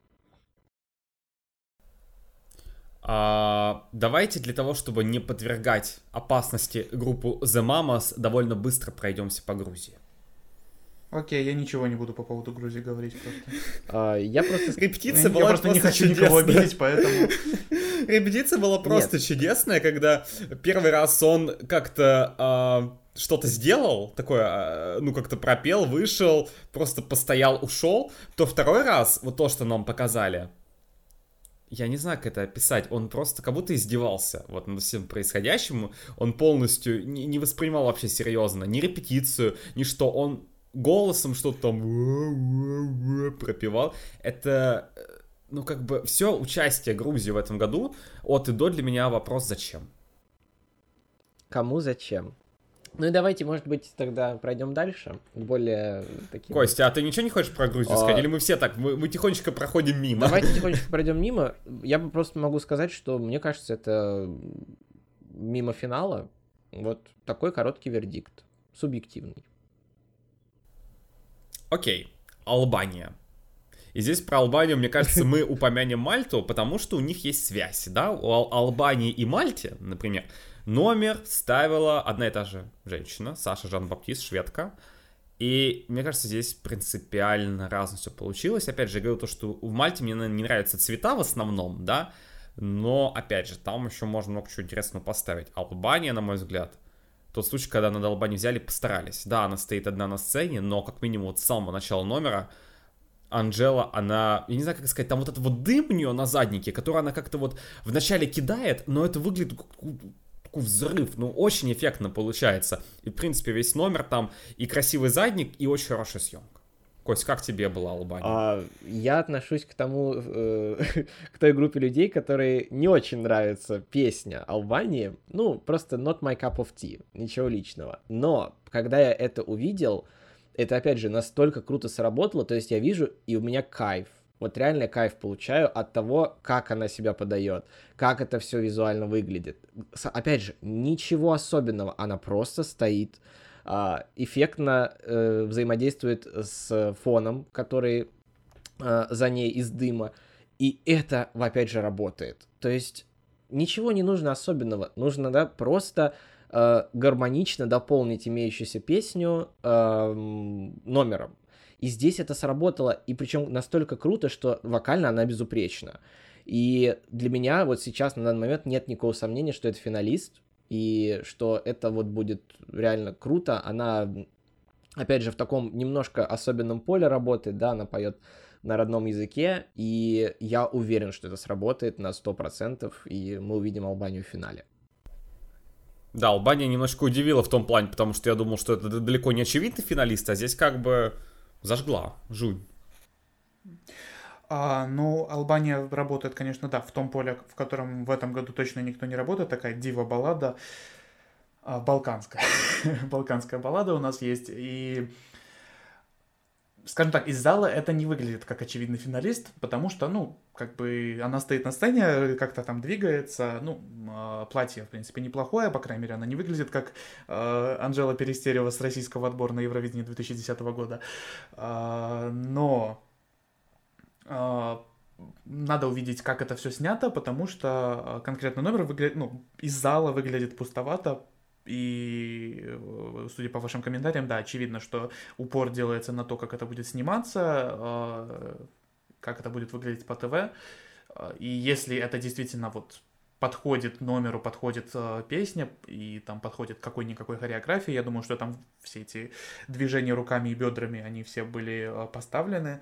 А, давайте для того, чтобы не подвергать опасности группу The Mamas, довольно быстро пройдемся по Грузии. Окей, я ничего не буду по поводу Грузии говорить просто. А, я просто... Репетиция я, была я просто не хочу чудесная. никого обидеть, поэтому... Репетиция была просто Нет. чудесная, когда первый раз он как-то а, что-то сделал, такое, а, ну как-то пропел, вышел, просто постоял, ушел, то второй раз, вот то, что нам показали, я не знаю, как это описать, он просто как будто издевался вот над всем происходящим, он полностью не, не воспринимал вообще серьезно ни репетицию, ни что, он голосом что-то там пропевал. Это, ну, как бы, все участие Грузии в этом году от и до для меня вопрос «зачем?». Кому зачем? Ну и давайте, может быть, тогда пройдем дальше, более таким... Костя, а ты ничего не хочешь про Грузию а... сказать? Или мы все так, мы, мы тихонечко проходим мимо? Давайте тихонечко пройдем мимо. Я просто могу сказать, что мне кажется, это мимо финала. Вот такой короткий вердикт, субъективный. Окей, Албания. И здесь про Албанию, мне кажется, мы упомянем Мальту, потому что у них есть связь, да? У Ал- Албании и Мальте, например, номер ставила одна и та же женщина, Саша Жан-Баптист, шведка. И мне кажется, здесь принципиально разно все получилось. Опять же, я говорю то, что в Мальте мне, наверное, не нравятся цвета в основном, да? Но, опять же, там еще можно много чего интересного поставить. Албания, на мой взгляд, тот случай, когда над Албанией взяли, постарались. Да, она стоит одна на сцене, но как минимум вот с самого начала номера Анджела, она, я не знаю, как сказать, там вот этот вот дым у нее на заднике, который она как-то вот вначале кидает, но это выглядит как такой взрыв, ну, очень эффектно получается. И, в принципе, весь номер там и красивый задник, и очень хорошая съемка. Кость, как тебе была Албания? А, я отношусь к тому, э, к той группе людей, которые не очень нравится песня Албании. Ну, просто not my cup of tea, ничего личного. Но, когда я это увидел, это, опять же, настолько круто сработало, то есть я вижу, и у меня кайф. Вот реально кайф получаю от того, как она себя подает, как это все визуально выглядит. Опять же, ничего особенного, она просто стоит, эффектно э, взаимодействует с фоном, который э, за ней из дыма, и это, опять же, работает. То есть ничего не нужно особенного. Нужно, да, просто э, гармонично дополнить имеющуюся песню э, номером. И здесь это сработало, и причем настолько круто, что вокально она безупречна. И для меня вот сейчас на данный момент нет никакого сомнения, что это финалист, и что это вот будет реально круто. Она, опять же, в таком немножко особенном поле работает, да, она поет на родном языке, и я уверен, что это сработает на сто процентов, и мы увидим Албанию в финале. Да, Албания немножко удивила в том плане, потому что я думал, что это далеко не очевидный финалист, а здесь как бы зажгла, жуть. А, ну, Албания работает, конечно, да, в том поле, в котором в этом году точно никто не работает, такая дива-баллада, а, балканская, балканская баллада у нас есть, и... Скажем так, из зала это не выглядит как очевидный финалист, потому что, ну, как бы она стоит на сцене, как-то там двигается, ну, э, платье, в принципе, неплохое, по крайней мере, она не выглядит как э, Анжела Перестерева с российского отбора на Евровидении две тысячи десятого года, э, но э, надо увидеть, как это все снято, потому что конкретный номер выглядит, ну, из зала выглядит пустовато. И, судя по вашим комментариям, да, очевидно, что упор делается на то, как это будет сниматься, как это будет выглядеть по ТВ. И если это действительно вот подходит номеру, подходит песня, и там подходит какой-никакой хореографии, я думаю, что там все эти движения руками и бедрами, они все были поставлены,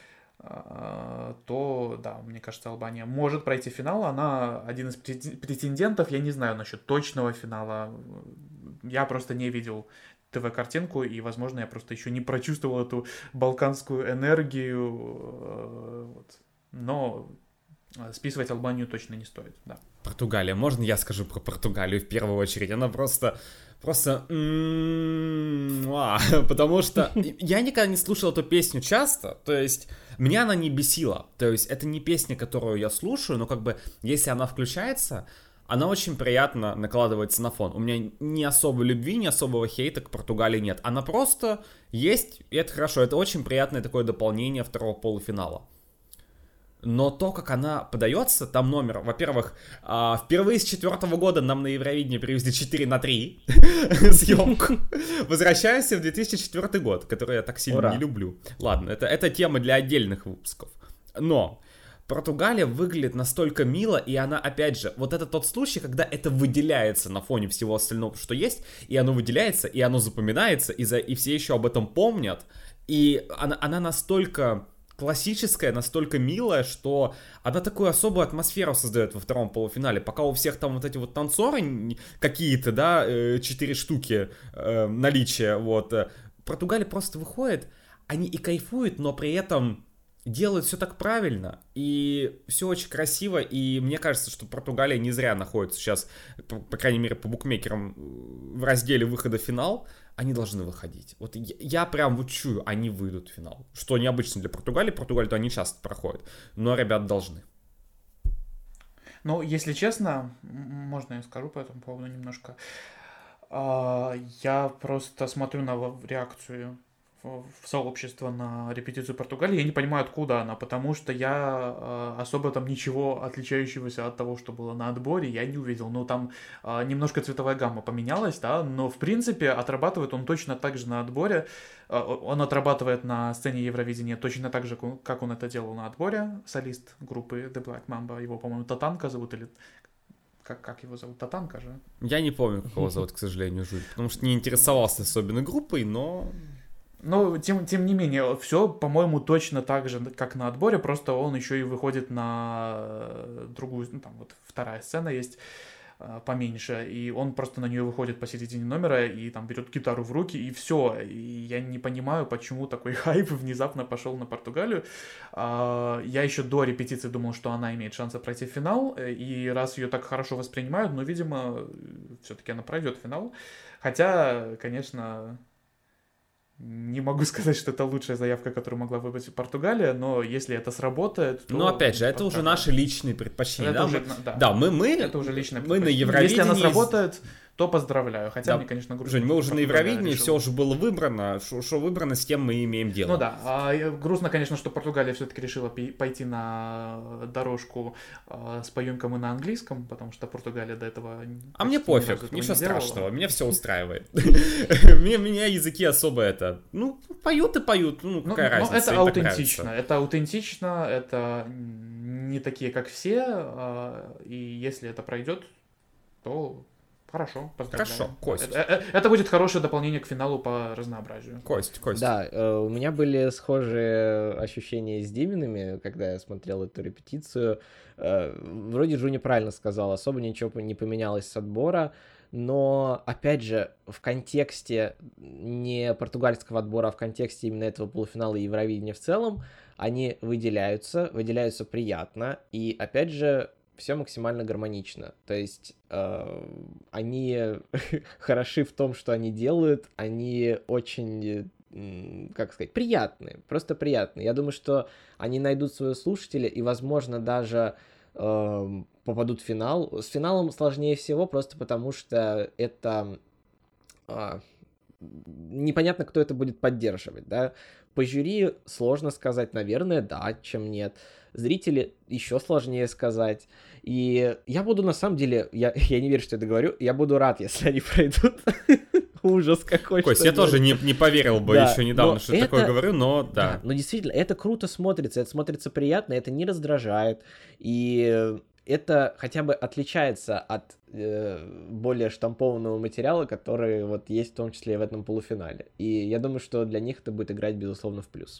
то, да, мне кажется, Албания может пройти финал. Она один из претендентов. Я не знаю насчет точного финала. Я просто не видел ТВ-картинку, и, возможно, я просто еще не прочувствовал эту балканскую энергию. Вот. Но списывать Албанию точно не стоит, да. Португалия. Можно я скажу про Португалию в первую очередь? Она просто... Просто... Потому что я никогда не слушал эту песню часто, то есть меня она не бесила. То есть это не песня, которую я слушаю, но как бы если она включается, она очень приятно накладывается на фон. У меня ни особой любви, ни особого хейта к Португалии нет. Она просто есть, и это хорошо. Это очень приятное такое дополнение второго полуфинала. Но то, как она подается, там номер, во-первых, а, впервые с четвертого года нам на Евровидении привезли четыре на три съемку. Возвращаемся в две тысячи четвёртый год, который я так сильно Ура. не люблю. Ладно, это, это тема для отдельных выпусков. Но Португалия выглядит настолько мило, и она, опять же, вот это тот случай, когда это выделяется на фоне всего остального, что есть, и оно выделяется, и оно запоминается, и, за, и все еще об этом помнят, и она, она настолько... классическая, настолько милая, что она такую особую атмосферу создает во втором полуфинале. Пока у всех там вот эти вот танцоры какие-то, да, четыре штуки э, наличия, вот. Португалия просто выходит, они и кайфуют, но при этом делают все так правильно, и все очень красиво, и мне кажется, что Португалия не зря находится сейчас, по, по крайней мере, по букмекерам в разделе выхода в финал. Они должны выходить. Вот я, я прям вот чую, они выйдут в финал. Что необычно для Португалии. Португалию-то они часто проходят. Но ребят должны. Ну, если честно, можно я скажу по этому поводу немножко. Я просто смотрю на реакцию в сообщество на репетицию Португалии, я не понимаю, откуда она, потому что я э, особо там ничего отличающегося от того, что было на отборе, я не увидел. Ну, там э, немножко цветовая гамма поменялась, да, но, в принципе, отрабатывает он точно так же на отборе. Э, он отрабатывает на сцене Евровидения точно так же, как он это делал на отборе. Солист группы The Black Mamba, его, по-моему, Татанка зовут, или... Как, как его зовут? Татанка же? Я не помню, как его зовут, к сожалению, Жуль, потому что не интересовался особенно группой, но... Но, тем, тем не менее, все, по-моему, точно так же, как на отборе, просто он еще и выходит на другую, ну, там вот вторая сцена есть, поменьше, и он просто на нее выходит посередине номера и там берет гитару в руки, и все. И я не понимаю, почему такой хайп внезапно пошел на Португалию. Я еще до репетиции думал, что она имеет шансы пройти в финал, и раз ее так хорошо воспринимают, ну, видимо, все-таки она пройдет в финал. Хотя, конечно... Не могу сказать, что это лучшая заявка, которую могла выбрать Португалия, но если это сработает, то... Ну, опять же, это уже наши личные предпочтения. Это да? Уже, мы, да. да, мы, мы, это уже личное мы на Евровидении... Если она сработает, то поздравляю. Хотя да. мне, конечно, грустно. Жень, мы уже на Евровидении, все уже было выбрано. Что выбрано, с тем мы имеем дело. Ну да. А, грустно, конечно, что Португалия все-таки решила пойти на дорожку а, с поемком и на английском, потому что Португалия до этого... А мне пофиг, ничего страшного, меня все устраивает. Меня языки особо это... Ну, поют и поют, ну, какая разница. Это аутентично, это аутентично, это не такие, как все, и если это пройдет, то хорошо, поздравляю. Хорошо, Кость. Это, это будет хорошее дополнение к финалу по разнообразию. Кость, Кость. Да, у меня были схожие ощущения с Димиными, когда я смотрел эту репетицию. Вроде Жуня правильно сказал, особо ничего не поменялось с отбора, но, опять же, в контексте не португальского отбора, а в контексте именно этого полуфинала и Евровидения в целом, они выделяются, выделяются приятно, и, опять же, все максимально гармонично. То есть э, они хороши в том, что они делают, они очень, э, как сказать, приятные, просто приятные. Я думаю, что они найдут своего слушателя и, возможно, даже э, попадут в финал. С финалом сложнее всего, просто потому что это... Э, непонятно, кто это будет поддерживать, да. По жюри сложно сказать, наверное, да, чем нет. Зрители еще сложнее сказать. И я буду, на самом деле, я, я не верю, что я это говорю, я буду рад, если они пройдут. Ужас какой. Кость, я тоже не, не поверил бы да, еще недавно, что это... такое говорю, но да. да. Но действительно, это круто смотрится, это смотрится приятно, это не раздражает. И это хотя бы отличается от э, более штампованного материала, который вот есть в том числе и в этом полуфинале. И я думаю, что для них это будет играть, безусловно, в плюс.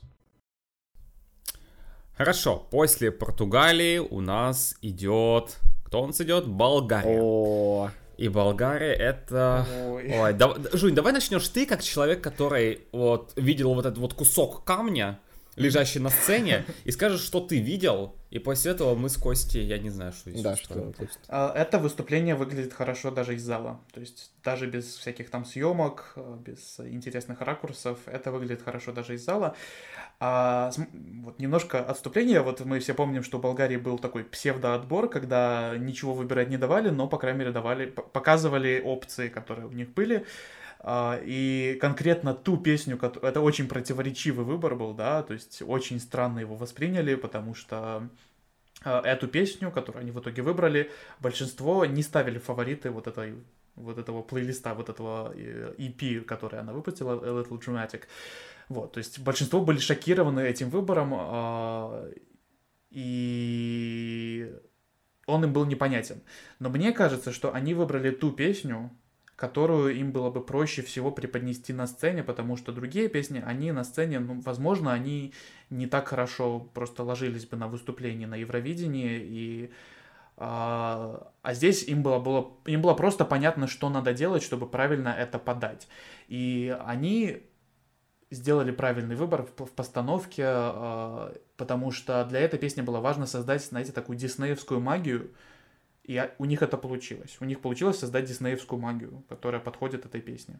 Хорошо, после Португалии у нас идет... Кто у нас идет? Болгария. О. И Болгария это... Ой. Ой, да... Жунь, давай начнешь ты, как человек, который вот видел вот этот вот кусок камня, лежащий на сцене, и скажешь, что ты видел, и после этого мы с Костей, я не знаю, что здесь. Да, что. Это выступление выглядит хорошо даже из зала, то есть даже без всяких там съемок, без интересных ракурсов, это выглядит хорошо даже из зала. А, вот немножко отступление, вот мы все помним, что в Болгарии был такой псевдоотбор, когда ничего выбирать не давали, но, по крайней мере, давали, показывали опции, которые у них были. И конкретно ту песню, это очень противоречивый выбор был, да, то есть очень странно его восприняли, потому что эту песню, которую они в итоге выбрали, большинство не ставили в фавориты вот этой, вот этого плейлиста, вот этого и пи, который она выпустила, A Little Dramatic. Вот, то есть большинство были шокированы этим выбором, и он им был непонятен. Но мне кажется, что они выбрали ту песню, которую им было бы проще всего преподнести на сцене, потому что другие песни, они на сцене, ну, возможно, они не так хорошо просто ложились бы на выступление на Евровидении, и, а, а здесь им было, было, им было просто понятно, что надо делать, чтобы правильно это подать. И они сделали правильный выбор в, в постановке, а, потому что для этой песни было важно создать, знаете, такую диснеевскую магию. И у них это получилось. У них получилось создать диснеевскую магию, которая подходит этой песне.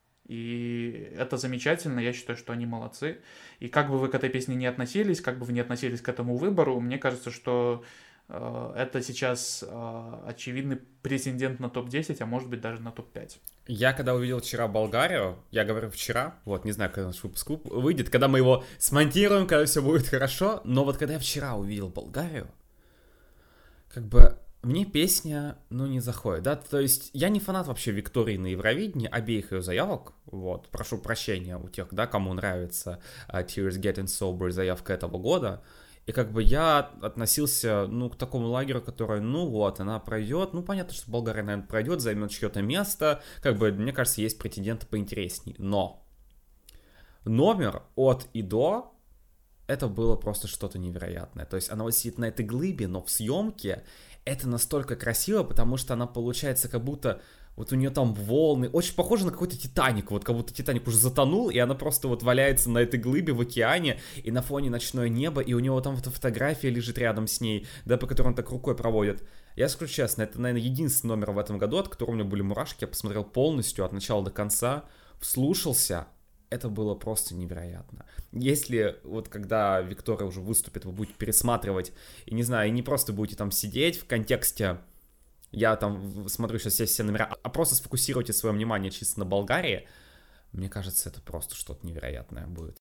И это замечательно, я считаю, что они молодцы. И как бы вы к этой песне не относились, как бы вы не относились к этому выбору, мне кажется, что э, это сейчас э, очевидный претендент на топ десять, а может быть даже на топ пять. Я когда увидел вчера Болгарию, я говорю вчера, вот, не знаю, когда наш выпуск выйдет, когда мы его смонтируем, когда все будет хорошо, но вот когда я вчера увидел Болгарию, как бы... Мне песня, ну, не заходит, да, то есть я не фанат вообще Виктории на Евровидении, обеих ее заявок, вот, прошу прощения у тех, да, кому нравится uh, Tears Getting Sober заявка этого года, и как бы я относился, ну, к такому лагерю, который, ну, вот, она пройдет, ну, понятно, что Болгария, наверное, пройдет, займет чье-то место, как бы, мне кажется, есть претенденты поинтереснее, но номер от и до, это было просто что-то невероятное, то есть она вот сидит на этой глыбе, но в съемке это настолько красиво, потому что она получается как будто, вот у нее там волны, очень похоже на какой-то Титаник, вот как будто Титаник уже затонул, и она просто вот валяется на этой глыбе в океане, и на фоне ночное небо, и у него там вот фотография лежит рядом с ней, да, по которой он так рукой проводит. Я скажу честно, это, наверное, единственный номер в этом году, от которого у меня были мурашки, я посмотрел полностью, от начала до конца, вслушался, это было просто невероятно. Если вот когда Виктория уже выступит, вы будете пересматривать, и не знаю, и не просто будете там сидеть в контексте я там смотрю сейчас все, все номера, а просто сфокусируйте свое внимание чисто на Болгарии, мне кажется, это просто что-то невероятное будет.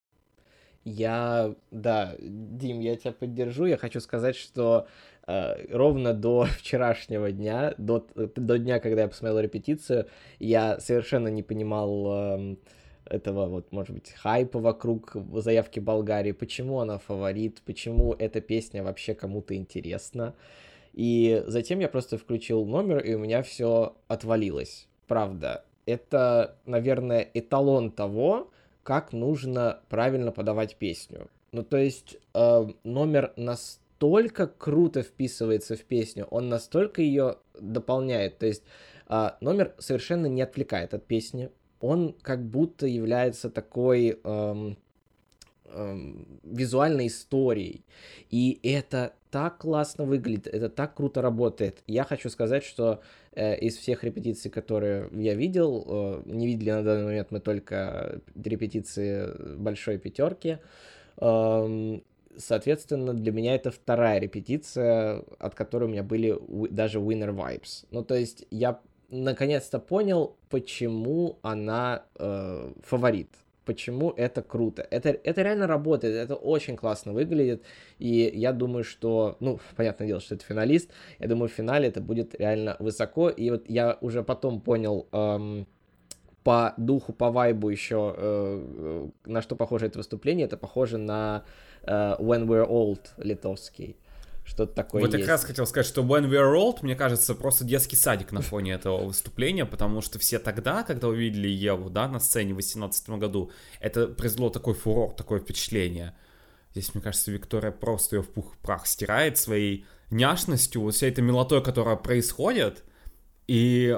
Я, да, Дим, я тебя поддержу. Я хочу сказать, что э, ровно до вчерашнего дня, до, до дня, когда я посмотрел репетицию, я совершенно не понимал э, этого, вот, может быть, хайпа вокруг заявки Болгарии, почему она фаворит, почему эта песня вообще кому-то интересна. И затем я просто включил номер, и у меня все отвалилось. Правда, это, наверное, эталон того, как нужно правильно подавать песню. Ну, то есть э, номер настолько круто вписывается в песню, он настолько ее дополняет. То есть э, номер совершенно не отвлекает от песни. Он как будто является такой эм, эм, визуальной историей. И это так классно выглядит, это так круто работает. Я хочу сказать, что э, из всех репетиций, которые я видел, э, не видели на данный момент мы только репетиции большой пятерки, э, соответственно, для меня это вторая репетиция, от которой у меня были даже winner vibes. Ну, то есть я наконец-то понял, почему она э, фаворит. Почему это круто. Это, это реально работает, это очень классно выглядит, и я думаю, что, ну, понятное дело, что это финалист, я думаю, в финале это будет реально высоко, и вот я уже потом понял эм, по духу, по вайбу еще, э, на что похоже это выступление, это похоже на э, When We're Old литовский. Что-то такое вот есть. Я как раз хотел сказать, что When We Are Old, мне кажется, просто детский садик на фоне этого выступления, потому что все тогда, когда увидели Еву, да, на сцене в восемнадцатом году, это произвело такой фурор, такое впечатление. Здесь, мне кажется, Виктория просто ее в пух и прах стирает своей няшностью, вот всей этой милотой, которая происходит, и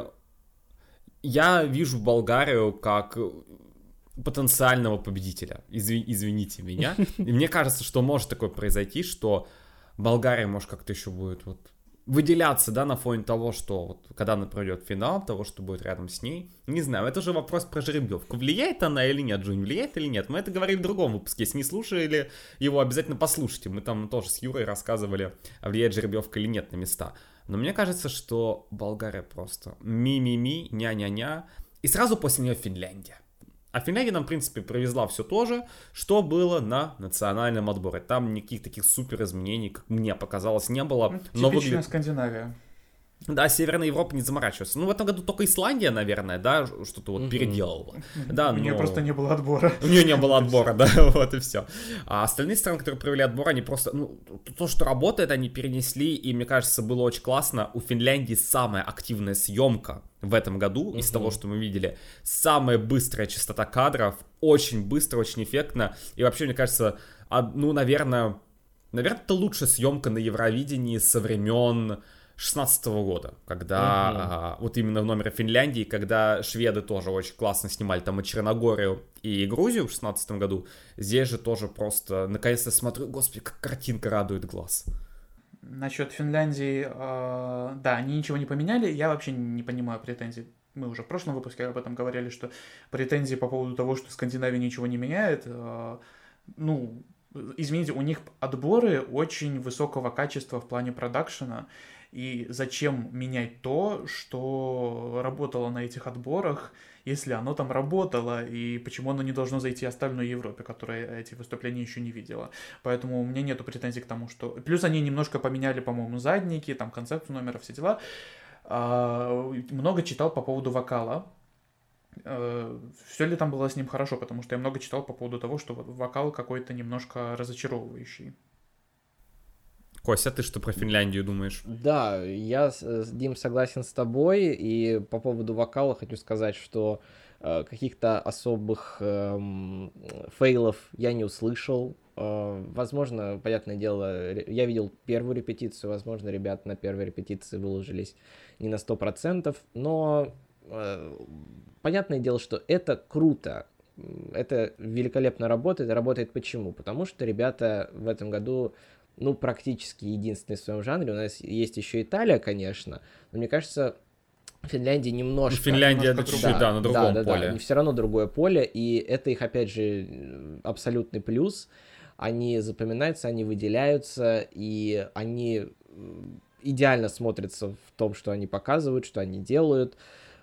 я вижу Болгарию как потенциального победителя, Изв... извините меня, и мне кажется, что может такое произойти, что Болгария, может, как-то еще будет вот выделяться, да, на фоне того, что вот, когда она пройдет финал, того, что будет рядом с ней. Не знаю, это же вопрос про жеребьевку. Влияет она или нет, Джун, влияет или нет? Мы это говорили в другом выпуске. Если не слушали его, обязательно послушайте. Мы там тоже с Юрой рассказывали, влияет жеребьевка или нет на места. Но мне кажется, что Болгария просто ми-ми-ми, ня-ня-ня. И сразу после нее Финляндия. А Финляндия нам, в принципе, привезла все то же, что было на национальном отборе. Там никаких таких супер изменений, как мне показалось, не было. Ну, но типичная выглядит... Скандинавия. Да, Северная Европа не заморачивается. Ну, в этом году только Исландия, наверное, да, что-то вот mm-hmm. переделала. Да, У нее но... просто не было отбора. У нее не было отбора, да, вот и все. А остальные страны, которые провели отбор, они просто... Ну, то, что работает, они перенесли, и, мне кажется, было очень классно. У Финляндии самая активная съемка в этом году, mm-hmm. из того, что мы видели. Самая быстрая частота кадров, очень быстро, очень эффектно. И вообще, мне кажется, ну, наверное... Наверное, это лучшая съемка на Евровидении со времен шестнадцатого года, когда uh-huh. а, вот именно в номере Финляндии, когда шведы тоже очень классно снимали там и Черногорию, и Грузию в шестнадцатом году, здесь же тоже просто, наконец-то смотрю, господи, как картинка радует глаз. Насчет Финляндии, э, да, они ничего не поменяли, я вообще не понимаю претензий. Мы уже в прошлом выпуске об этом говорили, что претензии по поводу того, что Скандинавия ничего не меняет, э, ну, извините, у них отборы очень высокого качества в плане продакшена. И зачем менять то, что работало на этих отборах, если оно там работало, и почему оно не должно зайти остальной Европе, которая эти выступления еще не видела. Поэтому у меня нету претензий к тому, что... Плюс они немножко поменяли, по-моему, задники, там, концепцию номера, все дела. А, много читал по поводу вокала. А, все ли там было с ним хорошо, потому что я много читал по поводу того, что вокал какой-то немножко разочаровывающий. Кося, ты что про Финляндию думаешь? Да, я, Дим, согласен с тобой, и по поводу вокала хочу сказать, что э, каких-то особых э, фейлов я не услышал. Э, возможно, понятное дело, я видел первую репетицию, возможно, ребята на первой репетиции выложились не на сто процентов, но э, понятное дело, что это круто. Это великолепно работает. Работает почему? Потому что ребята в этом году... ну, практически единственный в своем жанре. У нас есть еще Италия, конечно, но мне кажется, Финляндия немножко... Ну, Финляндия немножко чуть-чуть, да, да, на другом да, да, поле. Да, все равно другое поле, и это их, опять же, абсолютный плюс. Они запоминаются, они выделяются, и они идеально смотрится в том, что они показывают, что они делают.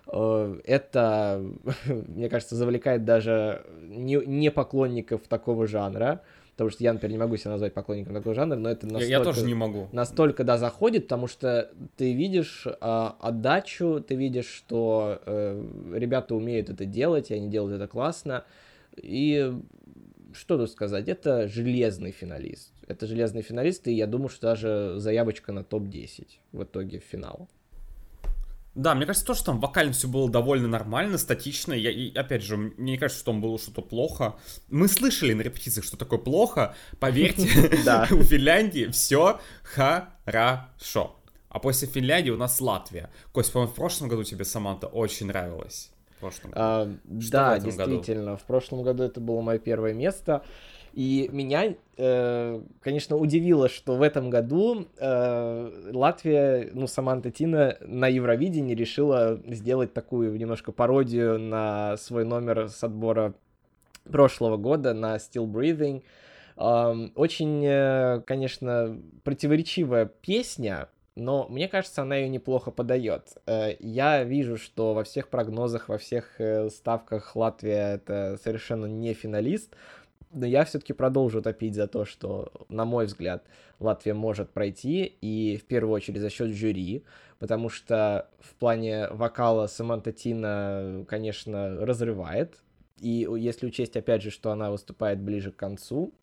Это, мне кажется, завлекает даже не, не поклонников такого жанра, потому что я, например, не могу себя назвать поклонником такого жанра, но это настолько... Я, я тоже не могу. Настолько, да, заходит, потому что ты видишь а, отдачу, ты видишь, что а, ребята умеют это делать, и они делают это классно, и что тут сказать, это железный финалист. Это железный финалист, и я думаю, что даже заявочка на топ десять в итоге в финал. Да, мне кажется, то, что там вокально все было довольно нормально, статично. Я, и, опять же, мне не кажется, что там было что-то плохо. Мы слышали на репетициях, что такое плохо. Поверьте, у Финляндии все хорошо. А после Финляндии у нас Латвия. Кость, по-моему, в прошлом году тебе Саманта очень нравилась. Да, действительно. В прошлом году это было мое первое место. И меня, э, конечно, удивило, что в этом году э, Латвия, ну, Саманта Тина на Евровидении решила сделать такую немножко пародию на свой номер с отбора прошлого года, на Still Breathing. Э, очень, э, конечно, противоречивая песня, но мне кажется, она ее неплохо подает. Э, я вижу, что во всех прогнозах, во всех э, ставках Латвия — это совершенно не финалист. Но я все-таки продолжу топить за то, что, на мой взгляд, Латвия может пройти, и в первую очередь за счет жюри, потому что в плане вокала Саманта Тина, конечно, разрывает, и если учесть, опять же, что она выступает ближе к концу,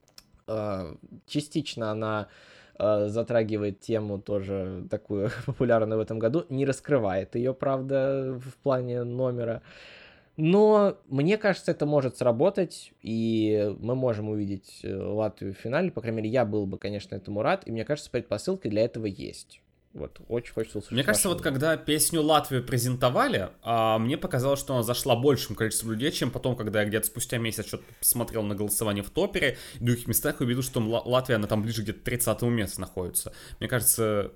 частично она затрагивает тему тоже такую популярную в этом году, не раскрывает ее, правда, в плане номера. Но мне кажется, это может сработать, и мы можем увидеть Латвию в финале. По крайней мере, я был бы, конечно, этому рад, и мне кажется, предпосылки для этого есть. Вот, очень хочется услышать. Мне кажется, вот когда песню Латвию презентовали, а, мне показалось, что она зашла большим количеством людей, чем потом, когда я где-то спустя месяц что-то посмотрел на голосование в топере, в других местах увидел, что Латвия, она там ближе где-то тридцатому месту находится. Мне кажется,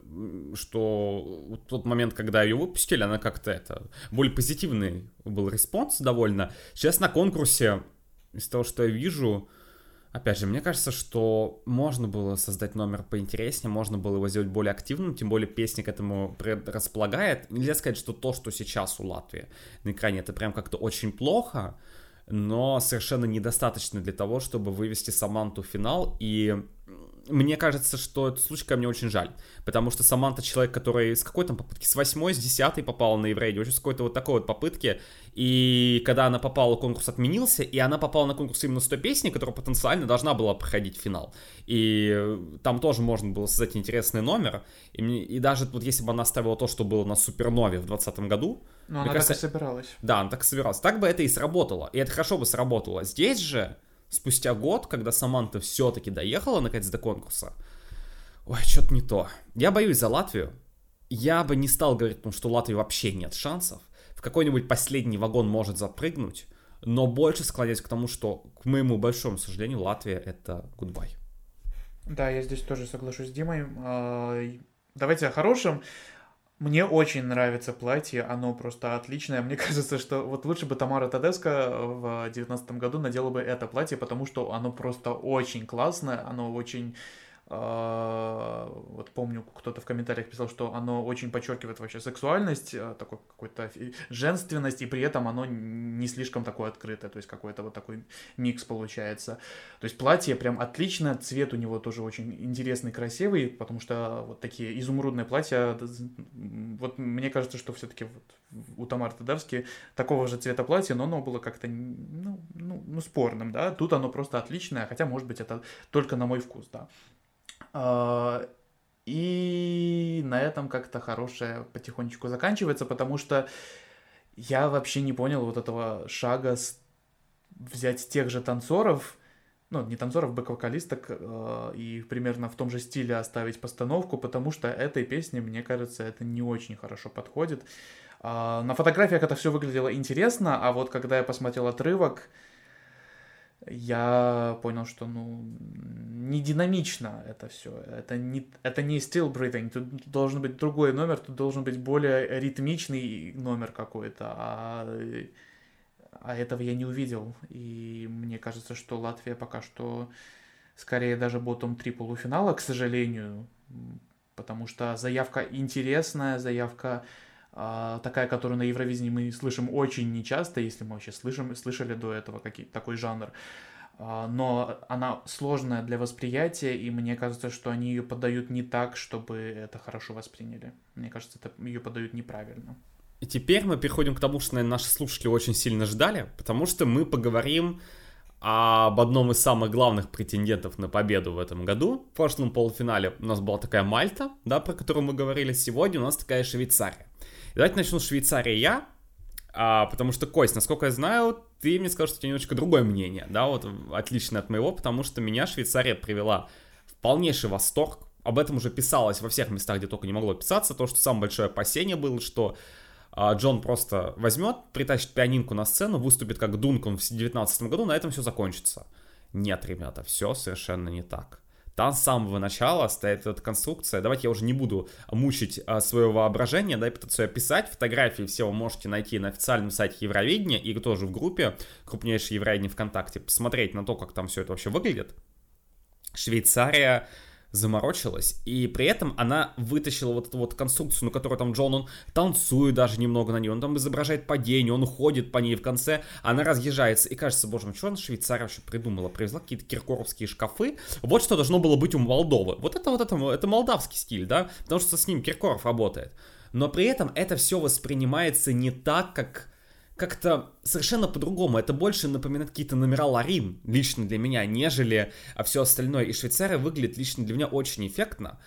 что в тот момент, когда ее выпустили, она как-то это... Более позитивный был респонс довольно. Сейчас на конкурсе, из того, что я вижу... Опять же, мне кажется, что можно было создать номер поинтереснее, можно было его сделать более активным, тем более песня к этому располагает. Нельзя сказать, что то, что сейчас у Латвии на экране, это прям как-то очень плохо, но совершенно недостаточно для того, чтобы вывести Саманту в финал. И мне кажется, что этот случай ко мне очень жаль, потому что Саманта человек, который с какой-то попытки, с восьмой, с десятой попала на Евровидение, очень с какой-то вот такой вот попытки, и когда она попала, конкурс отменился, и она попала на конкурс именно с той песней, которая потенциально должна была проходить финал, и там тоже можно было создать интересный номер, и, мне, и даже вот если бы она оставила то, что было на Супернове в двадцатом году, но она кажется, так и собиралась. Да, она так и собиралась, так бы это и сработало, и это хорошо бы сработало. Здесь же спустя год, когда Саманта все-таки доехала наконец до конкурса, ой, что-то не то. Я боюсь за Латвию. Я бы не стал говорить, что у Латвии вообще нет шансов. В какой-нибудь последний вагон может запрыгнуть, но больше склоняюсь к тому, что, к моему большому сожалению, Латвия — это гудбай. Да, я здесь тоже соглашусь с Димой. Давайте о хорошем. Мне очень нравится платье, оно просто отличное. Мне кажется, что вот лучше бы Тамара Тадеско в девятнадцатом году надела бы это платье, потому что оно просто очень классное, оно очень... Uh, вот помню, кто-то в комментариях писал, что оно очень подчеркивает вообще сексуальность, такой какой-то женственность, и при этом оно не слишком такое открытое, то есть какой-то вот такой микс получается. То есть платье прям отлично, цвет у него тоже очень интересный, красивый, потому что вот такие изумрудные платья, вот мне кажется, что все-таки вот у Тамары Тадевски такого же цвета платья, но оно было как-то ну, ну, ну, спорным, да, тут оно просто отличное, хотя, может быть, это только на мой вкус, да. Uh, и на этом как-то хорошее потихонечку заканчивается, потому что я вообще не понял вот этого шага с... взять тех же танцоров, ну, не танцоров, бэк-вокалисток, uh, и примерно в том же стиле оставить постановку, потому что этой песне, мне кажется, это не очень хорошо подходит. Uh, на фотографиях это все выглядело интересно, а вот когда я посмотрел отрывок, я понял, что, ну, не динамично это все. Это не, это не Still Breathing. Тут должен быть другой номер, тут должен быть более ритмичный номер какой-то. А, а этого я не увидел. И мне кажется, что Латвия пока что скорее даже ботом три полуфинала, к сожалению. потому что заявка интересная, заявка э, такая, которую на Евровидении мы слышим очень нечасто, если мы вообще слышим, слышали до этого какие, такой жанр. Э, но она сложная для восприятия, и мне кажется, что они ее подают не так, чтобы это хорошо восприняли. Мне кажется, это ее подают неправильно. И теперь мы переходим к тому, что, наверное, наши слушатели очень сильно ждали, потому что мы поговорим об одном из самых главных претендентов на победу в этом году. В прошлом полуфинале у нас была такая Мальта, да, про которую мы говорили. Сегодня у нас такая Швейцария. И давайте начну с Швейцарии я, а, потому что, Кость, насколько я знаю, ты мне сказал, что у тебя немножко другое мнение, да, вот отличное от моего, потому что меня Швейцария привела в полнейший восторг. Об этом уже писалось во всех местах, где только не могло писаться. То, что самое большое опасение было, что Джон просто возьмет, притащит пианинку на сцену, выступит как Дункан в две тысячи девятнадцатом году, на этом все закончится. Нет, ребята, все совершенно не так. Там с самого начала стоит эта конструкция. Давайте я уже не буду мучить а, свое воображение, да, и пытаться ее описать. Фотографии все вы можете найти на официальном сайте Евровидения и тоже в группе крупнейшей Евровидения ВКонтакте, посмотреть на то, как там все это вообще выглядит. Швейцария заморочилась, и при этом она вытащила вот эту вот конструкцию, на которой там Джон, он танцует даже немного на ней, он там изображает падение, он уходит по ней, в конце она разъезжается, и кажется, боже мой, что она Швейцария вообще придумала, привезла какие-то киркоровские шкафы, вот что должно было быть у Молдовы, вот это вот это, это молдавский стиль, да, потому что с ним Киркоров работает, но при этом это все воспринимается не так, как как-то совершенно по-другому. Это больше напоминает какие-то номера Ларин, лично для меня, нежели все остальное. И Швейцария выглядит лично для меня очень эффектно.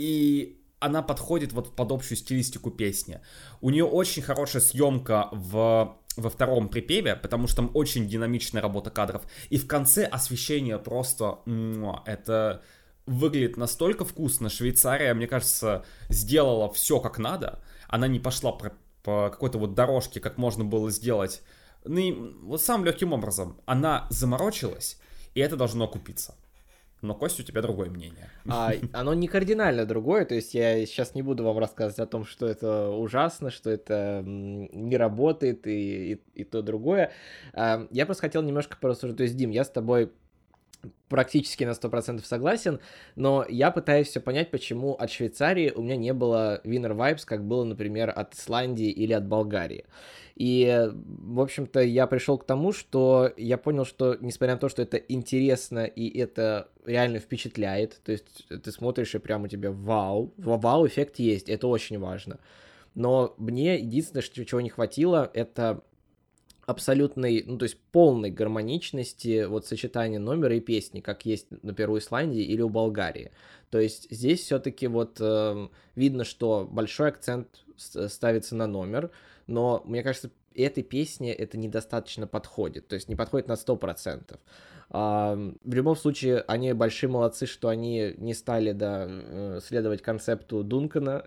И она подходит вот под общую стилистику песни. У нее очень хорошая съемка в... во втором припеве, потому что там очень динамичная работа кадров. И в конце освещение просто... Это выглядит настолько вкусно. Швейцария, мне кажется, сделала все как надо. Она не пошла про... по какой-то вот дорожке, как можно было сделать, ну и вот самым легким образом. Она заморочилась, и это должно окупиться. Но, Костя, у тебя другое мнение. А, оно не кардинально другое, то есть я сейчас не буду вам рассказывать о том, что это ужасно, что это не работает и, и, и то другое. А, я просто хотел немножко порассуждать. То есть, Дим, я с тобой практически на сто процентов согласен, но я пытаюсь все понять, почему от Швейцарии у меня не было winner vibes, как было, например, от Исландии или от Болгарии. И, в общем-то, я пришел к тому, что я понял, что, несмотря на то, что это интересно и это реально впечатляет, то есть ты смотришь и прямо у тебя вау, вау-эффект есть, это очень важно. Но мне единственное, что, чего не хватило, это абсолютной, ну, то есть полной гармоничности вот сочетания номера и песни, как есть, например, у Исландии или у Болгарии. То есть здесь все-таки вот э, видно, что большой акцент ставится на номер, но, мне кажется, этой песне это недостаточно подходит, то есть не подходит на сто процентов. А, в любом случае, они большие молодцы, что они не стали, да, следовать концепту Дункана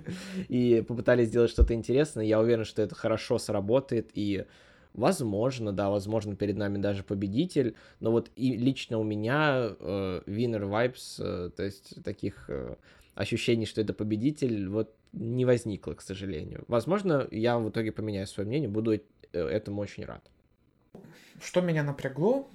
и попытались сделать что-то интересное. Я уверен, что это хорошо сработает, и возможно, да, возможно, перед нами даже победитель, но вот и лично у меня э, winner vibes, э, то есть таких э, ощущений, что это победитель, вот не возникло, к сожалению. Возможно, я в итоге поменяю свое мнение, буду этому очень рад. Что меня напрягло,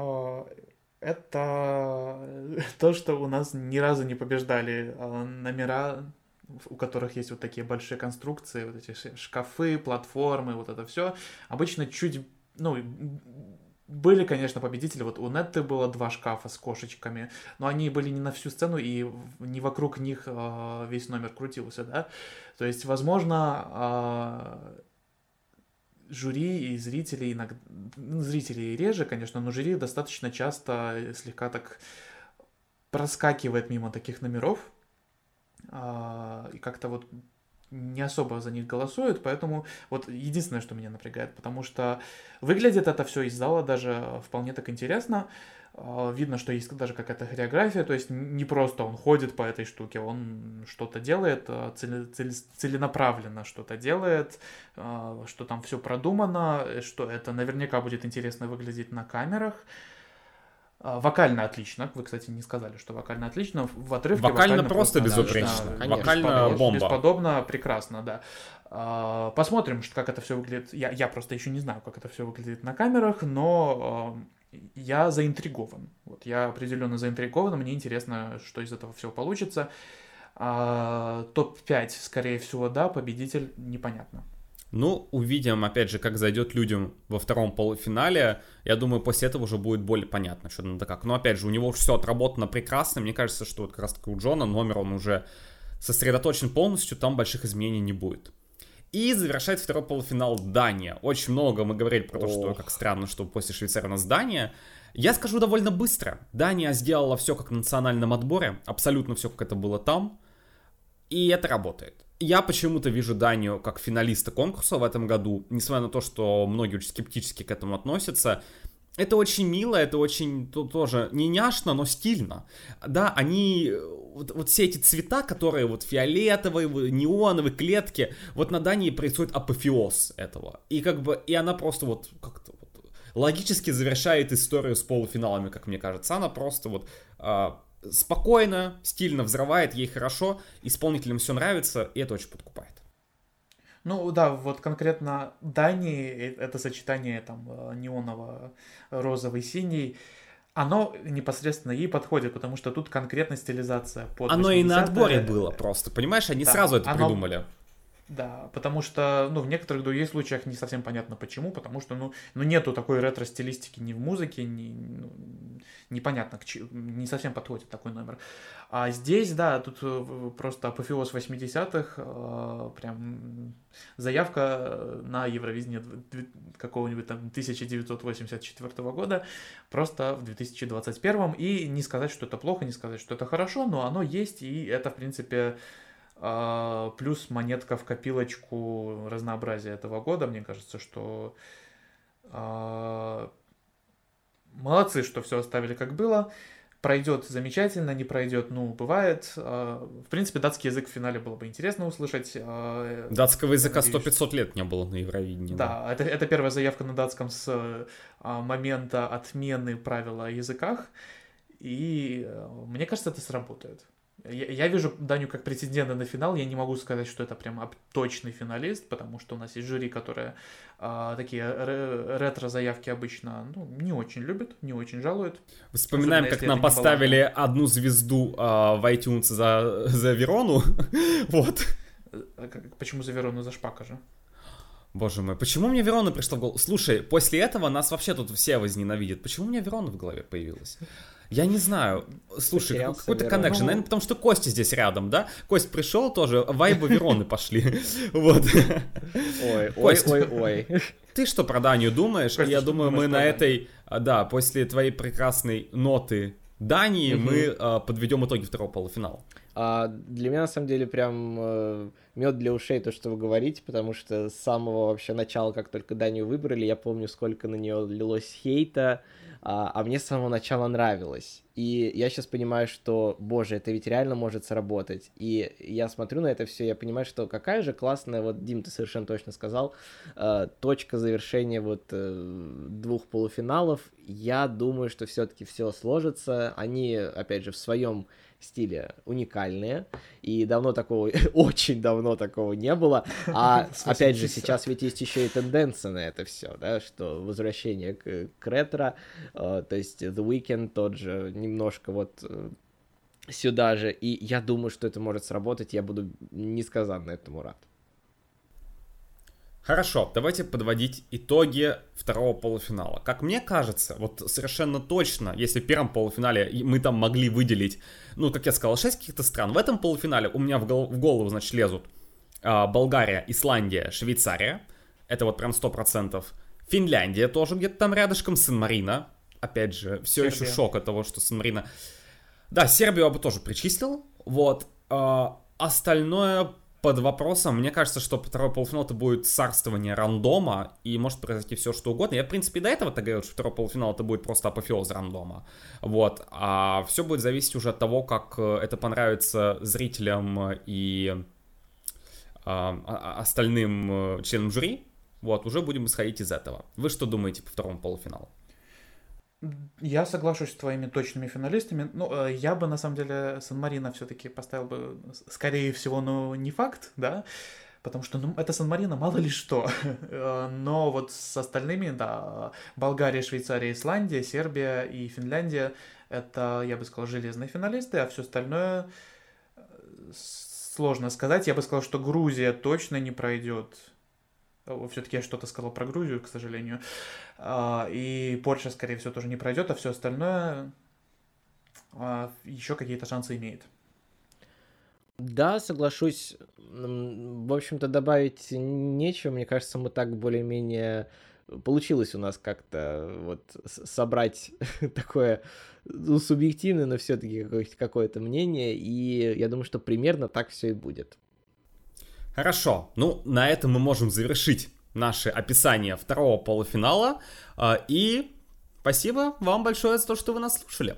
это то, что у нас ни разу не побеждали номера, у которых есть вот такие большие конструкции, вот эти шкафы, платформы, вот это все. Обычно чуть, ну, были, конечно, победители. Вот у Нетты было два шкафа с кошечками, но они были не на всю сцену, и не вокруг них э, весь номер крутился, да. То есть, возможно, э, жюри и зрители иногда... Ну, зрители реже, конечно, но жюри достаточно часто слегка так проскакивает мимо таких номеров, э, и как-то вот не особо за них голосуют, поэтому вот единственное, что меня напрягает, потому что выглядит это все из зала даже вполне так интересно, видно, что есть даже какая-то хореография, то есть не просто он ходит по этой штуке, он что-то делает, цели, цели, целенаправленно что-то делает, что там все продумано, что это наверняка будет интересно выглядеть на камерах. Вокально отлично. Вы, кстати, не сказали, что вокально отлично. В отрывке вокально, вокально просто безупречно. Да, вокально бесподобно, бомба. Бесподобно, прекрасно, да. Посмотрим, как это все выглядит. Я, я просто еще не знаю, как это все выглядит на камерах, но я заинтригован. Вот, я определенно заинтригован. Мне интересно, что из этого всего получится. А топ пять, скорее всего, да, победитель непонятно. Ну, увидим, опять же, как зайдет людям во втором полуфинале. Я думаю, после этого уже будет более понятно, что надо как. Но, опять же, у него все отработано прекрасно. Мне кажется, что вот как раз-таки у Джона номер, он уже сосредоточен полностью, там больших изменений не будет. И завершает второй полуфинал Дания. Очень много мы говорили про то, что как странно, что после Швейцарии у нас Дания. Я скажу довольно быстро. Дания сделала все как в национальном отборе. Абсолютно все, как это было там. И это работает. Я почему-то вижу Данию как финалиста конкурса в этом году, несмотря на то, что многие очень скептически к этому относятся. Это очень мило, это очень то, тоже не няшно, но стильно. Да, они, вот, вот все эти цвета, которые вот фиолетовые, неоновые, клетки, вот на Дании происходит апофеоз этого. И как бы, и она просто вот как-то вот логически завершает историю с полуфиналами, как мне кажется. Она просто вот... А, спокойно, стильно взрывает, ей хорошо, исполнителям все нравится, и это очень подкупает. Ну да, вот конкретно Дании, это сочетание там неоново-розовый, синий, оно непосредственно ей подходит, потому что тут конкретно стилизация под оно и на отборе было просто, понимаешь, они да, сразу это оно... придумали. Да, потому что, ну, в некоторых других случаях не совсем понятно почему, потому что, ну, ну нету такой ретро-стилистики ни в музыке, ни, ну, непонятно, не совсем подходит такой номер. А здесь, да, тут просто апофеоз восьмидесятых, прям заявка на Евровидение какого-нибудь там тысяча девятьсот восемьдесят четвёртого года, просто в две тысячи двадцать первом, и не сказать, что это плохо, не сказать, что это хорошо, но оно есть, и это, в принципе... Uh, плюс монетка в копилочку разнообразия этого года. Мне кажется, что uh, молодцы, что все оставили как было. Пройдет замечательно, не пройдет, ну, бывает. Uh, в принципе, датский язык в финале было бы интересно услышать. Uh, Датского языка сто-пятьсот лет не было на Евровидении. Да, да. Это, это первая заявка на датском с uh, момента отмены правил о языках. И uh, мне кажется, это сработает. Я, я вижу Данию как претендента на финал. Я не могу сказать, что это прям точный финалист, потому что у нас есть жюри, которые а, такие ретро-заявки обычно ну, не очень любят, не очень жалуют. Вспоминаем, особенно, как нам поставили баланс. Одну звезду а, в iTunes за, за Верону. Вот. Почему за Верону? За Шпака же. Боже мой, почему мне Верона пришла в голову? Слушай, после этого нас вообще тут все возненавидят. Почему у меня Верона в голове появилась? Я не знаю. Слушай, Потерялся какой-то коннекшн. Ну... Наверное, потому что Костя здесь рядом, да? Кость пришел тоже, вайбы Вероны пошли. Вот. Ой, ой, ой, ой. Ты что про Данию думаешь? Я думаю, мы на этой, да, после твоей прекрасной ноты Дании мы подведем итоги второго полуфинала. А для меня, на самом деле, прям э, мед для ушей то, что вы говорите, потому что с самого вообще начала, как только Данию выбрали, я помню, сколько на нее лилось хейта, а, а мне с самого начала нравилось. И я сейчас понимаю, что, боже, это ведь реально может сработать. И я смотрю на это все, я понимаю, что какая же классная, вот, Дим, ты совершенно точно сказал, э, точка завершения вот э, двух полуфиналов. Я думаю, что все-таки все сложится. Они, опять же, в своем стиле уникальные, и давно такого, очень давно такого не было, а опять же сейчас ведь есть еще и тенденция на это все, да, что возвращение к, к ретро, э, то есть The Weeknd тот же немножко вот э, сюда же, и я думаю, что это может сработать, я буду несказанно этому рад. Хорошо, давайте подводить итоги второго полуфинала. Как мне кажется, вот совершенно точно, если в первом полуфинале мы там могли выделить, ну, как я сказал, шесть каких-то стран, в этом полуфинале у меня в голову, в голову значит, лезут а, Болгария, Исландия, Швейцария, это вот прям сто процентов. Финляндия тоже где-то там рядышком, Сан-Марино, опять же, все Сербия. Еще шок от того, что Сан-Марино... Да, Сербию я бы тоже причислил, вот, а, остальное... Под вопросом, мне кажется, что второй полуфинал это будет царствование рандома, и может произойти все, что угодно. Я, в принципе, до этого-то говорил, что второй полуфинал это будет просто апофеоз рандома. Вот. А все будет зависеть уже от того, как это понравится зрителям и а, остальным членам жюри. Вот, уже будем исходить из этого. Вы что думаете по второму полуфиналу? Я соглашусь с твоими точными финалистами. Ну, я бы, на самом деле, Сан-Марино все-таки поставил бы, скорее всего, ну, не факт, да, потому что, ну, это Сан-Марино, мало ли что. Но вот с остальными, да, Болгария, Швейцария, Исландия, Сербия и Финляндия, это, я бы сказал, железные финалисты, а все остальное сложно сказать. Я бы сказал, что Грузия точно не пройдет. Все-таки я что-то сказал про Грузию, к сожалению. И Польша, скорее всего, тоже не пройдет, а все остальное еще какие-то шансы имеет. Да, соглашусь. В общем-то, добавить нечего. Мне кажется, мы так более-менее... Получилось у нас как-то вот собрать такое, ну, субъективное, но все-таки какое-то мнение. И я думаю, что примерно так все и будет. Хорошо. Ну, на этом мы можем завершить наше описание второго полуфинала. И спасибо вам большое за то, что вы нас слушали.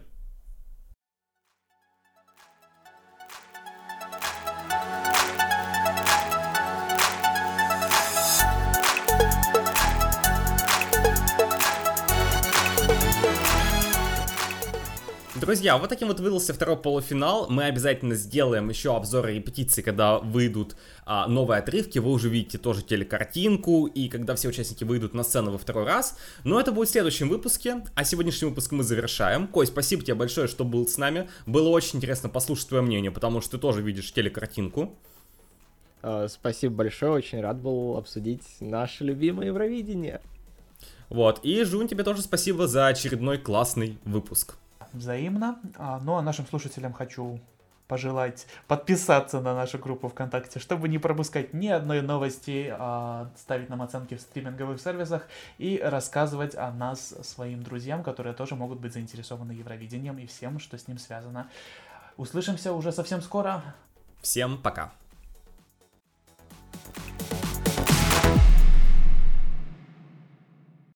Друзья, вот таким вот выдался второй полуфинал. Мы обязательно сделаем еще обзоры репетиций, когда выйдут а, новые отрывки. Вы уже видите тоже телекартинку, и когда все участники выйдут на сцену во второй раз. Но это будет в следующем выпуске. А сегодняшний выпуск мы завершаем. Кость, спасибо тебе большое, что был с нами. Было очень интересно послушать твое мнение, потому что ты тоже видишь телекартинку. Спасибо большое, очень рад был обсудить наше любимое Евровидение. Вот, и, Жунь, тебе тоже спасибо за очередной классный выпуск. Взаимно. Ну а нашим слушателям хочу пожелать подписаться на нашу группу ВКонтакте, чтобы не пропускать ни одной новости, ставить нам оценки в стриминговых сервисах и рассказывать о нас своим друзьям, которые тоже могут быть заинтересованы Евровидением и всем, что с ним связано. Услышимся уже совсем скоро. Всем пока.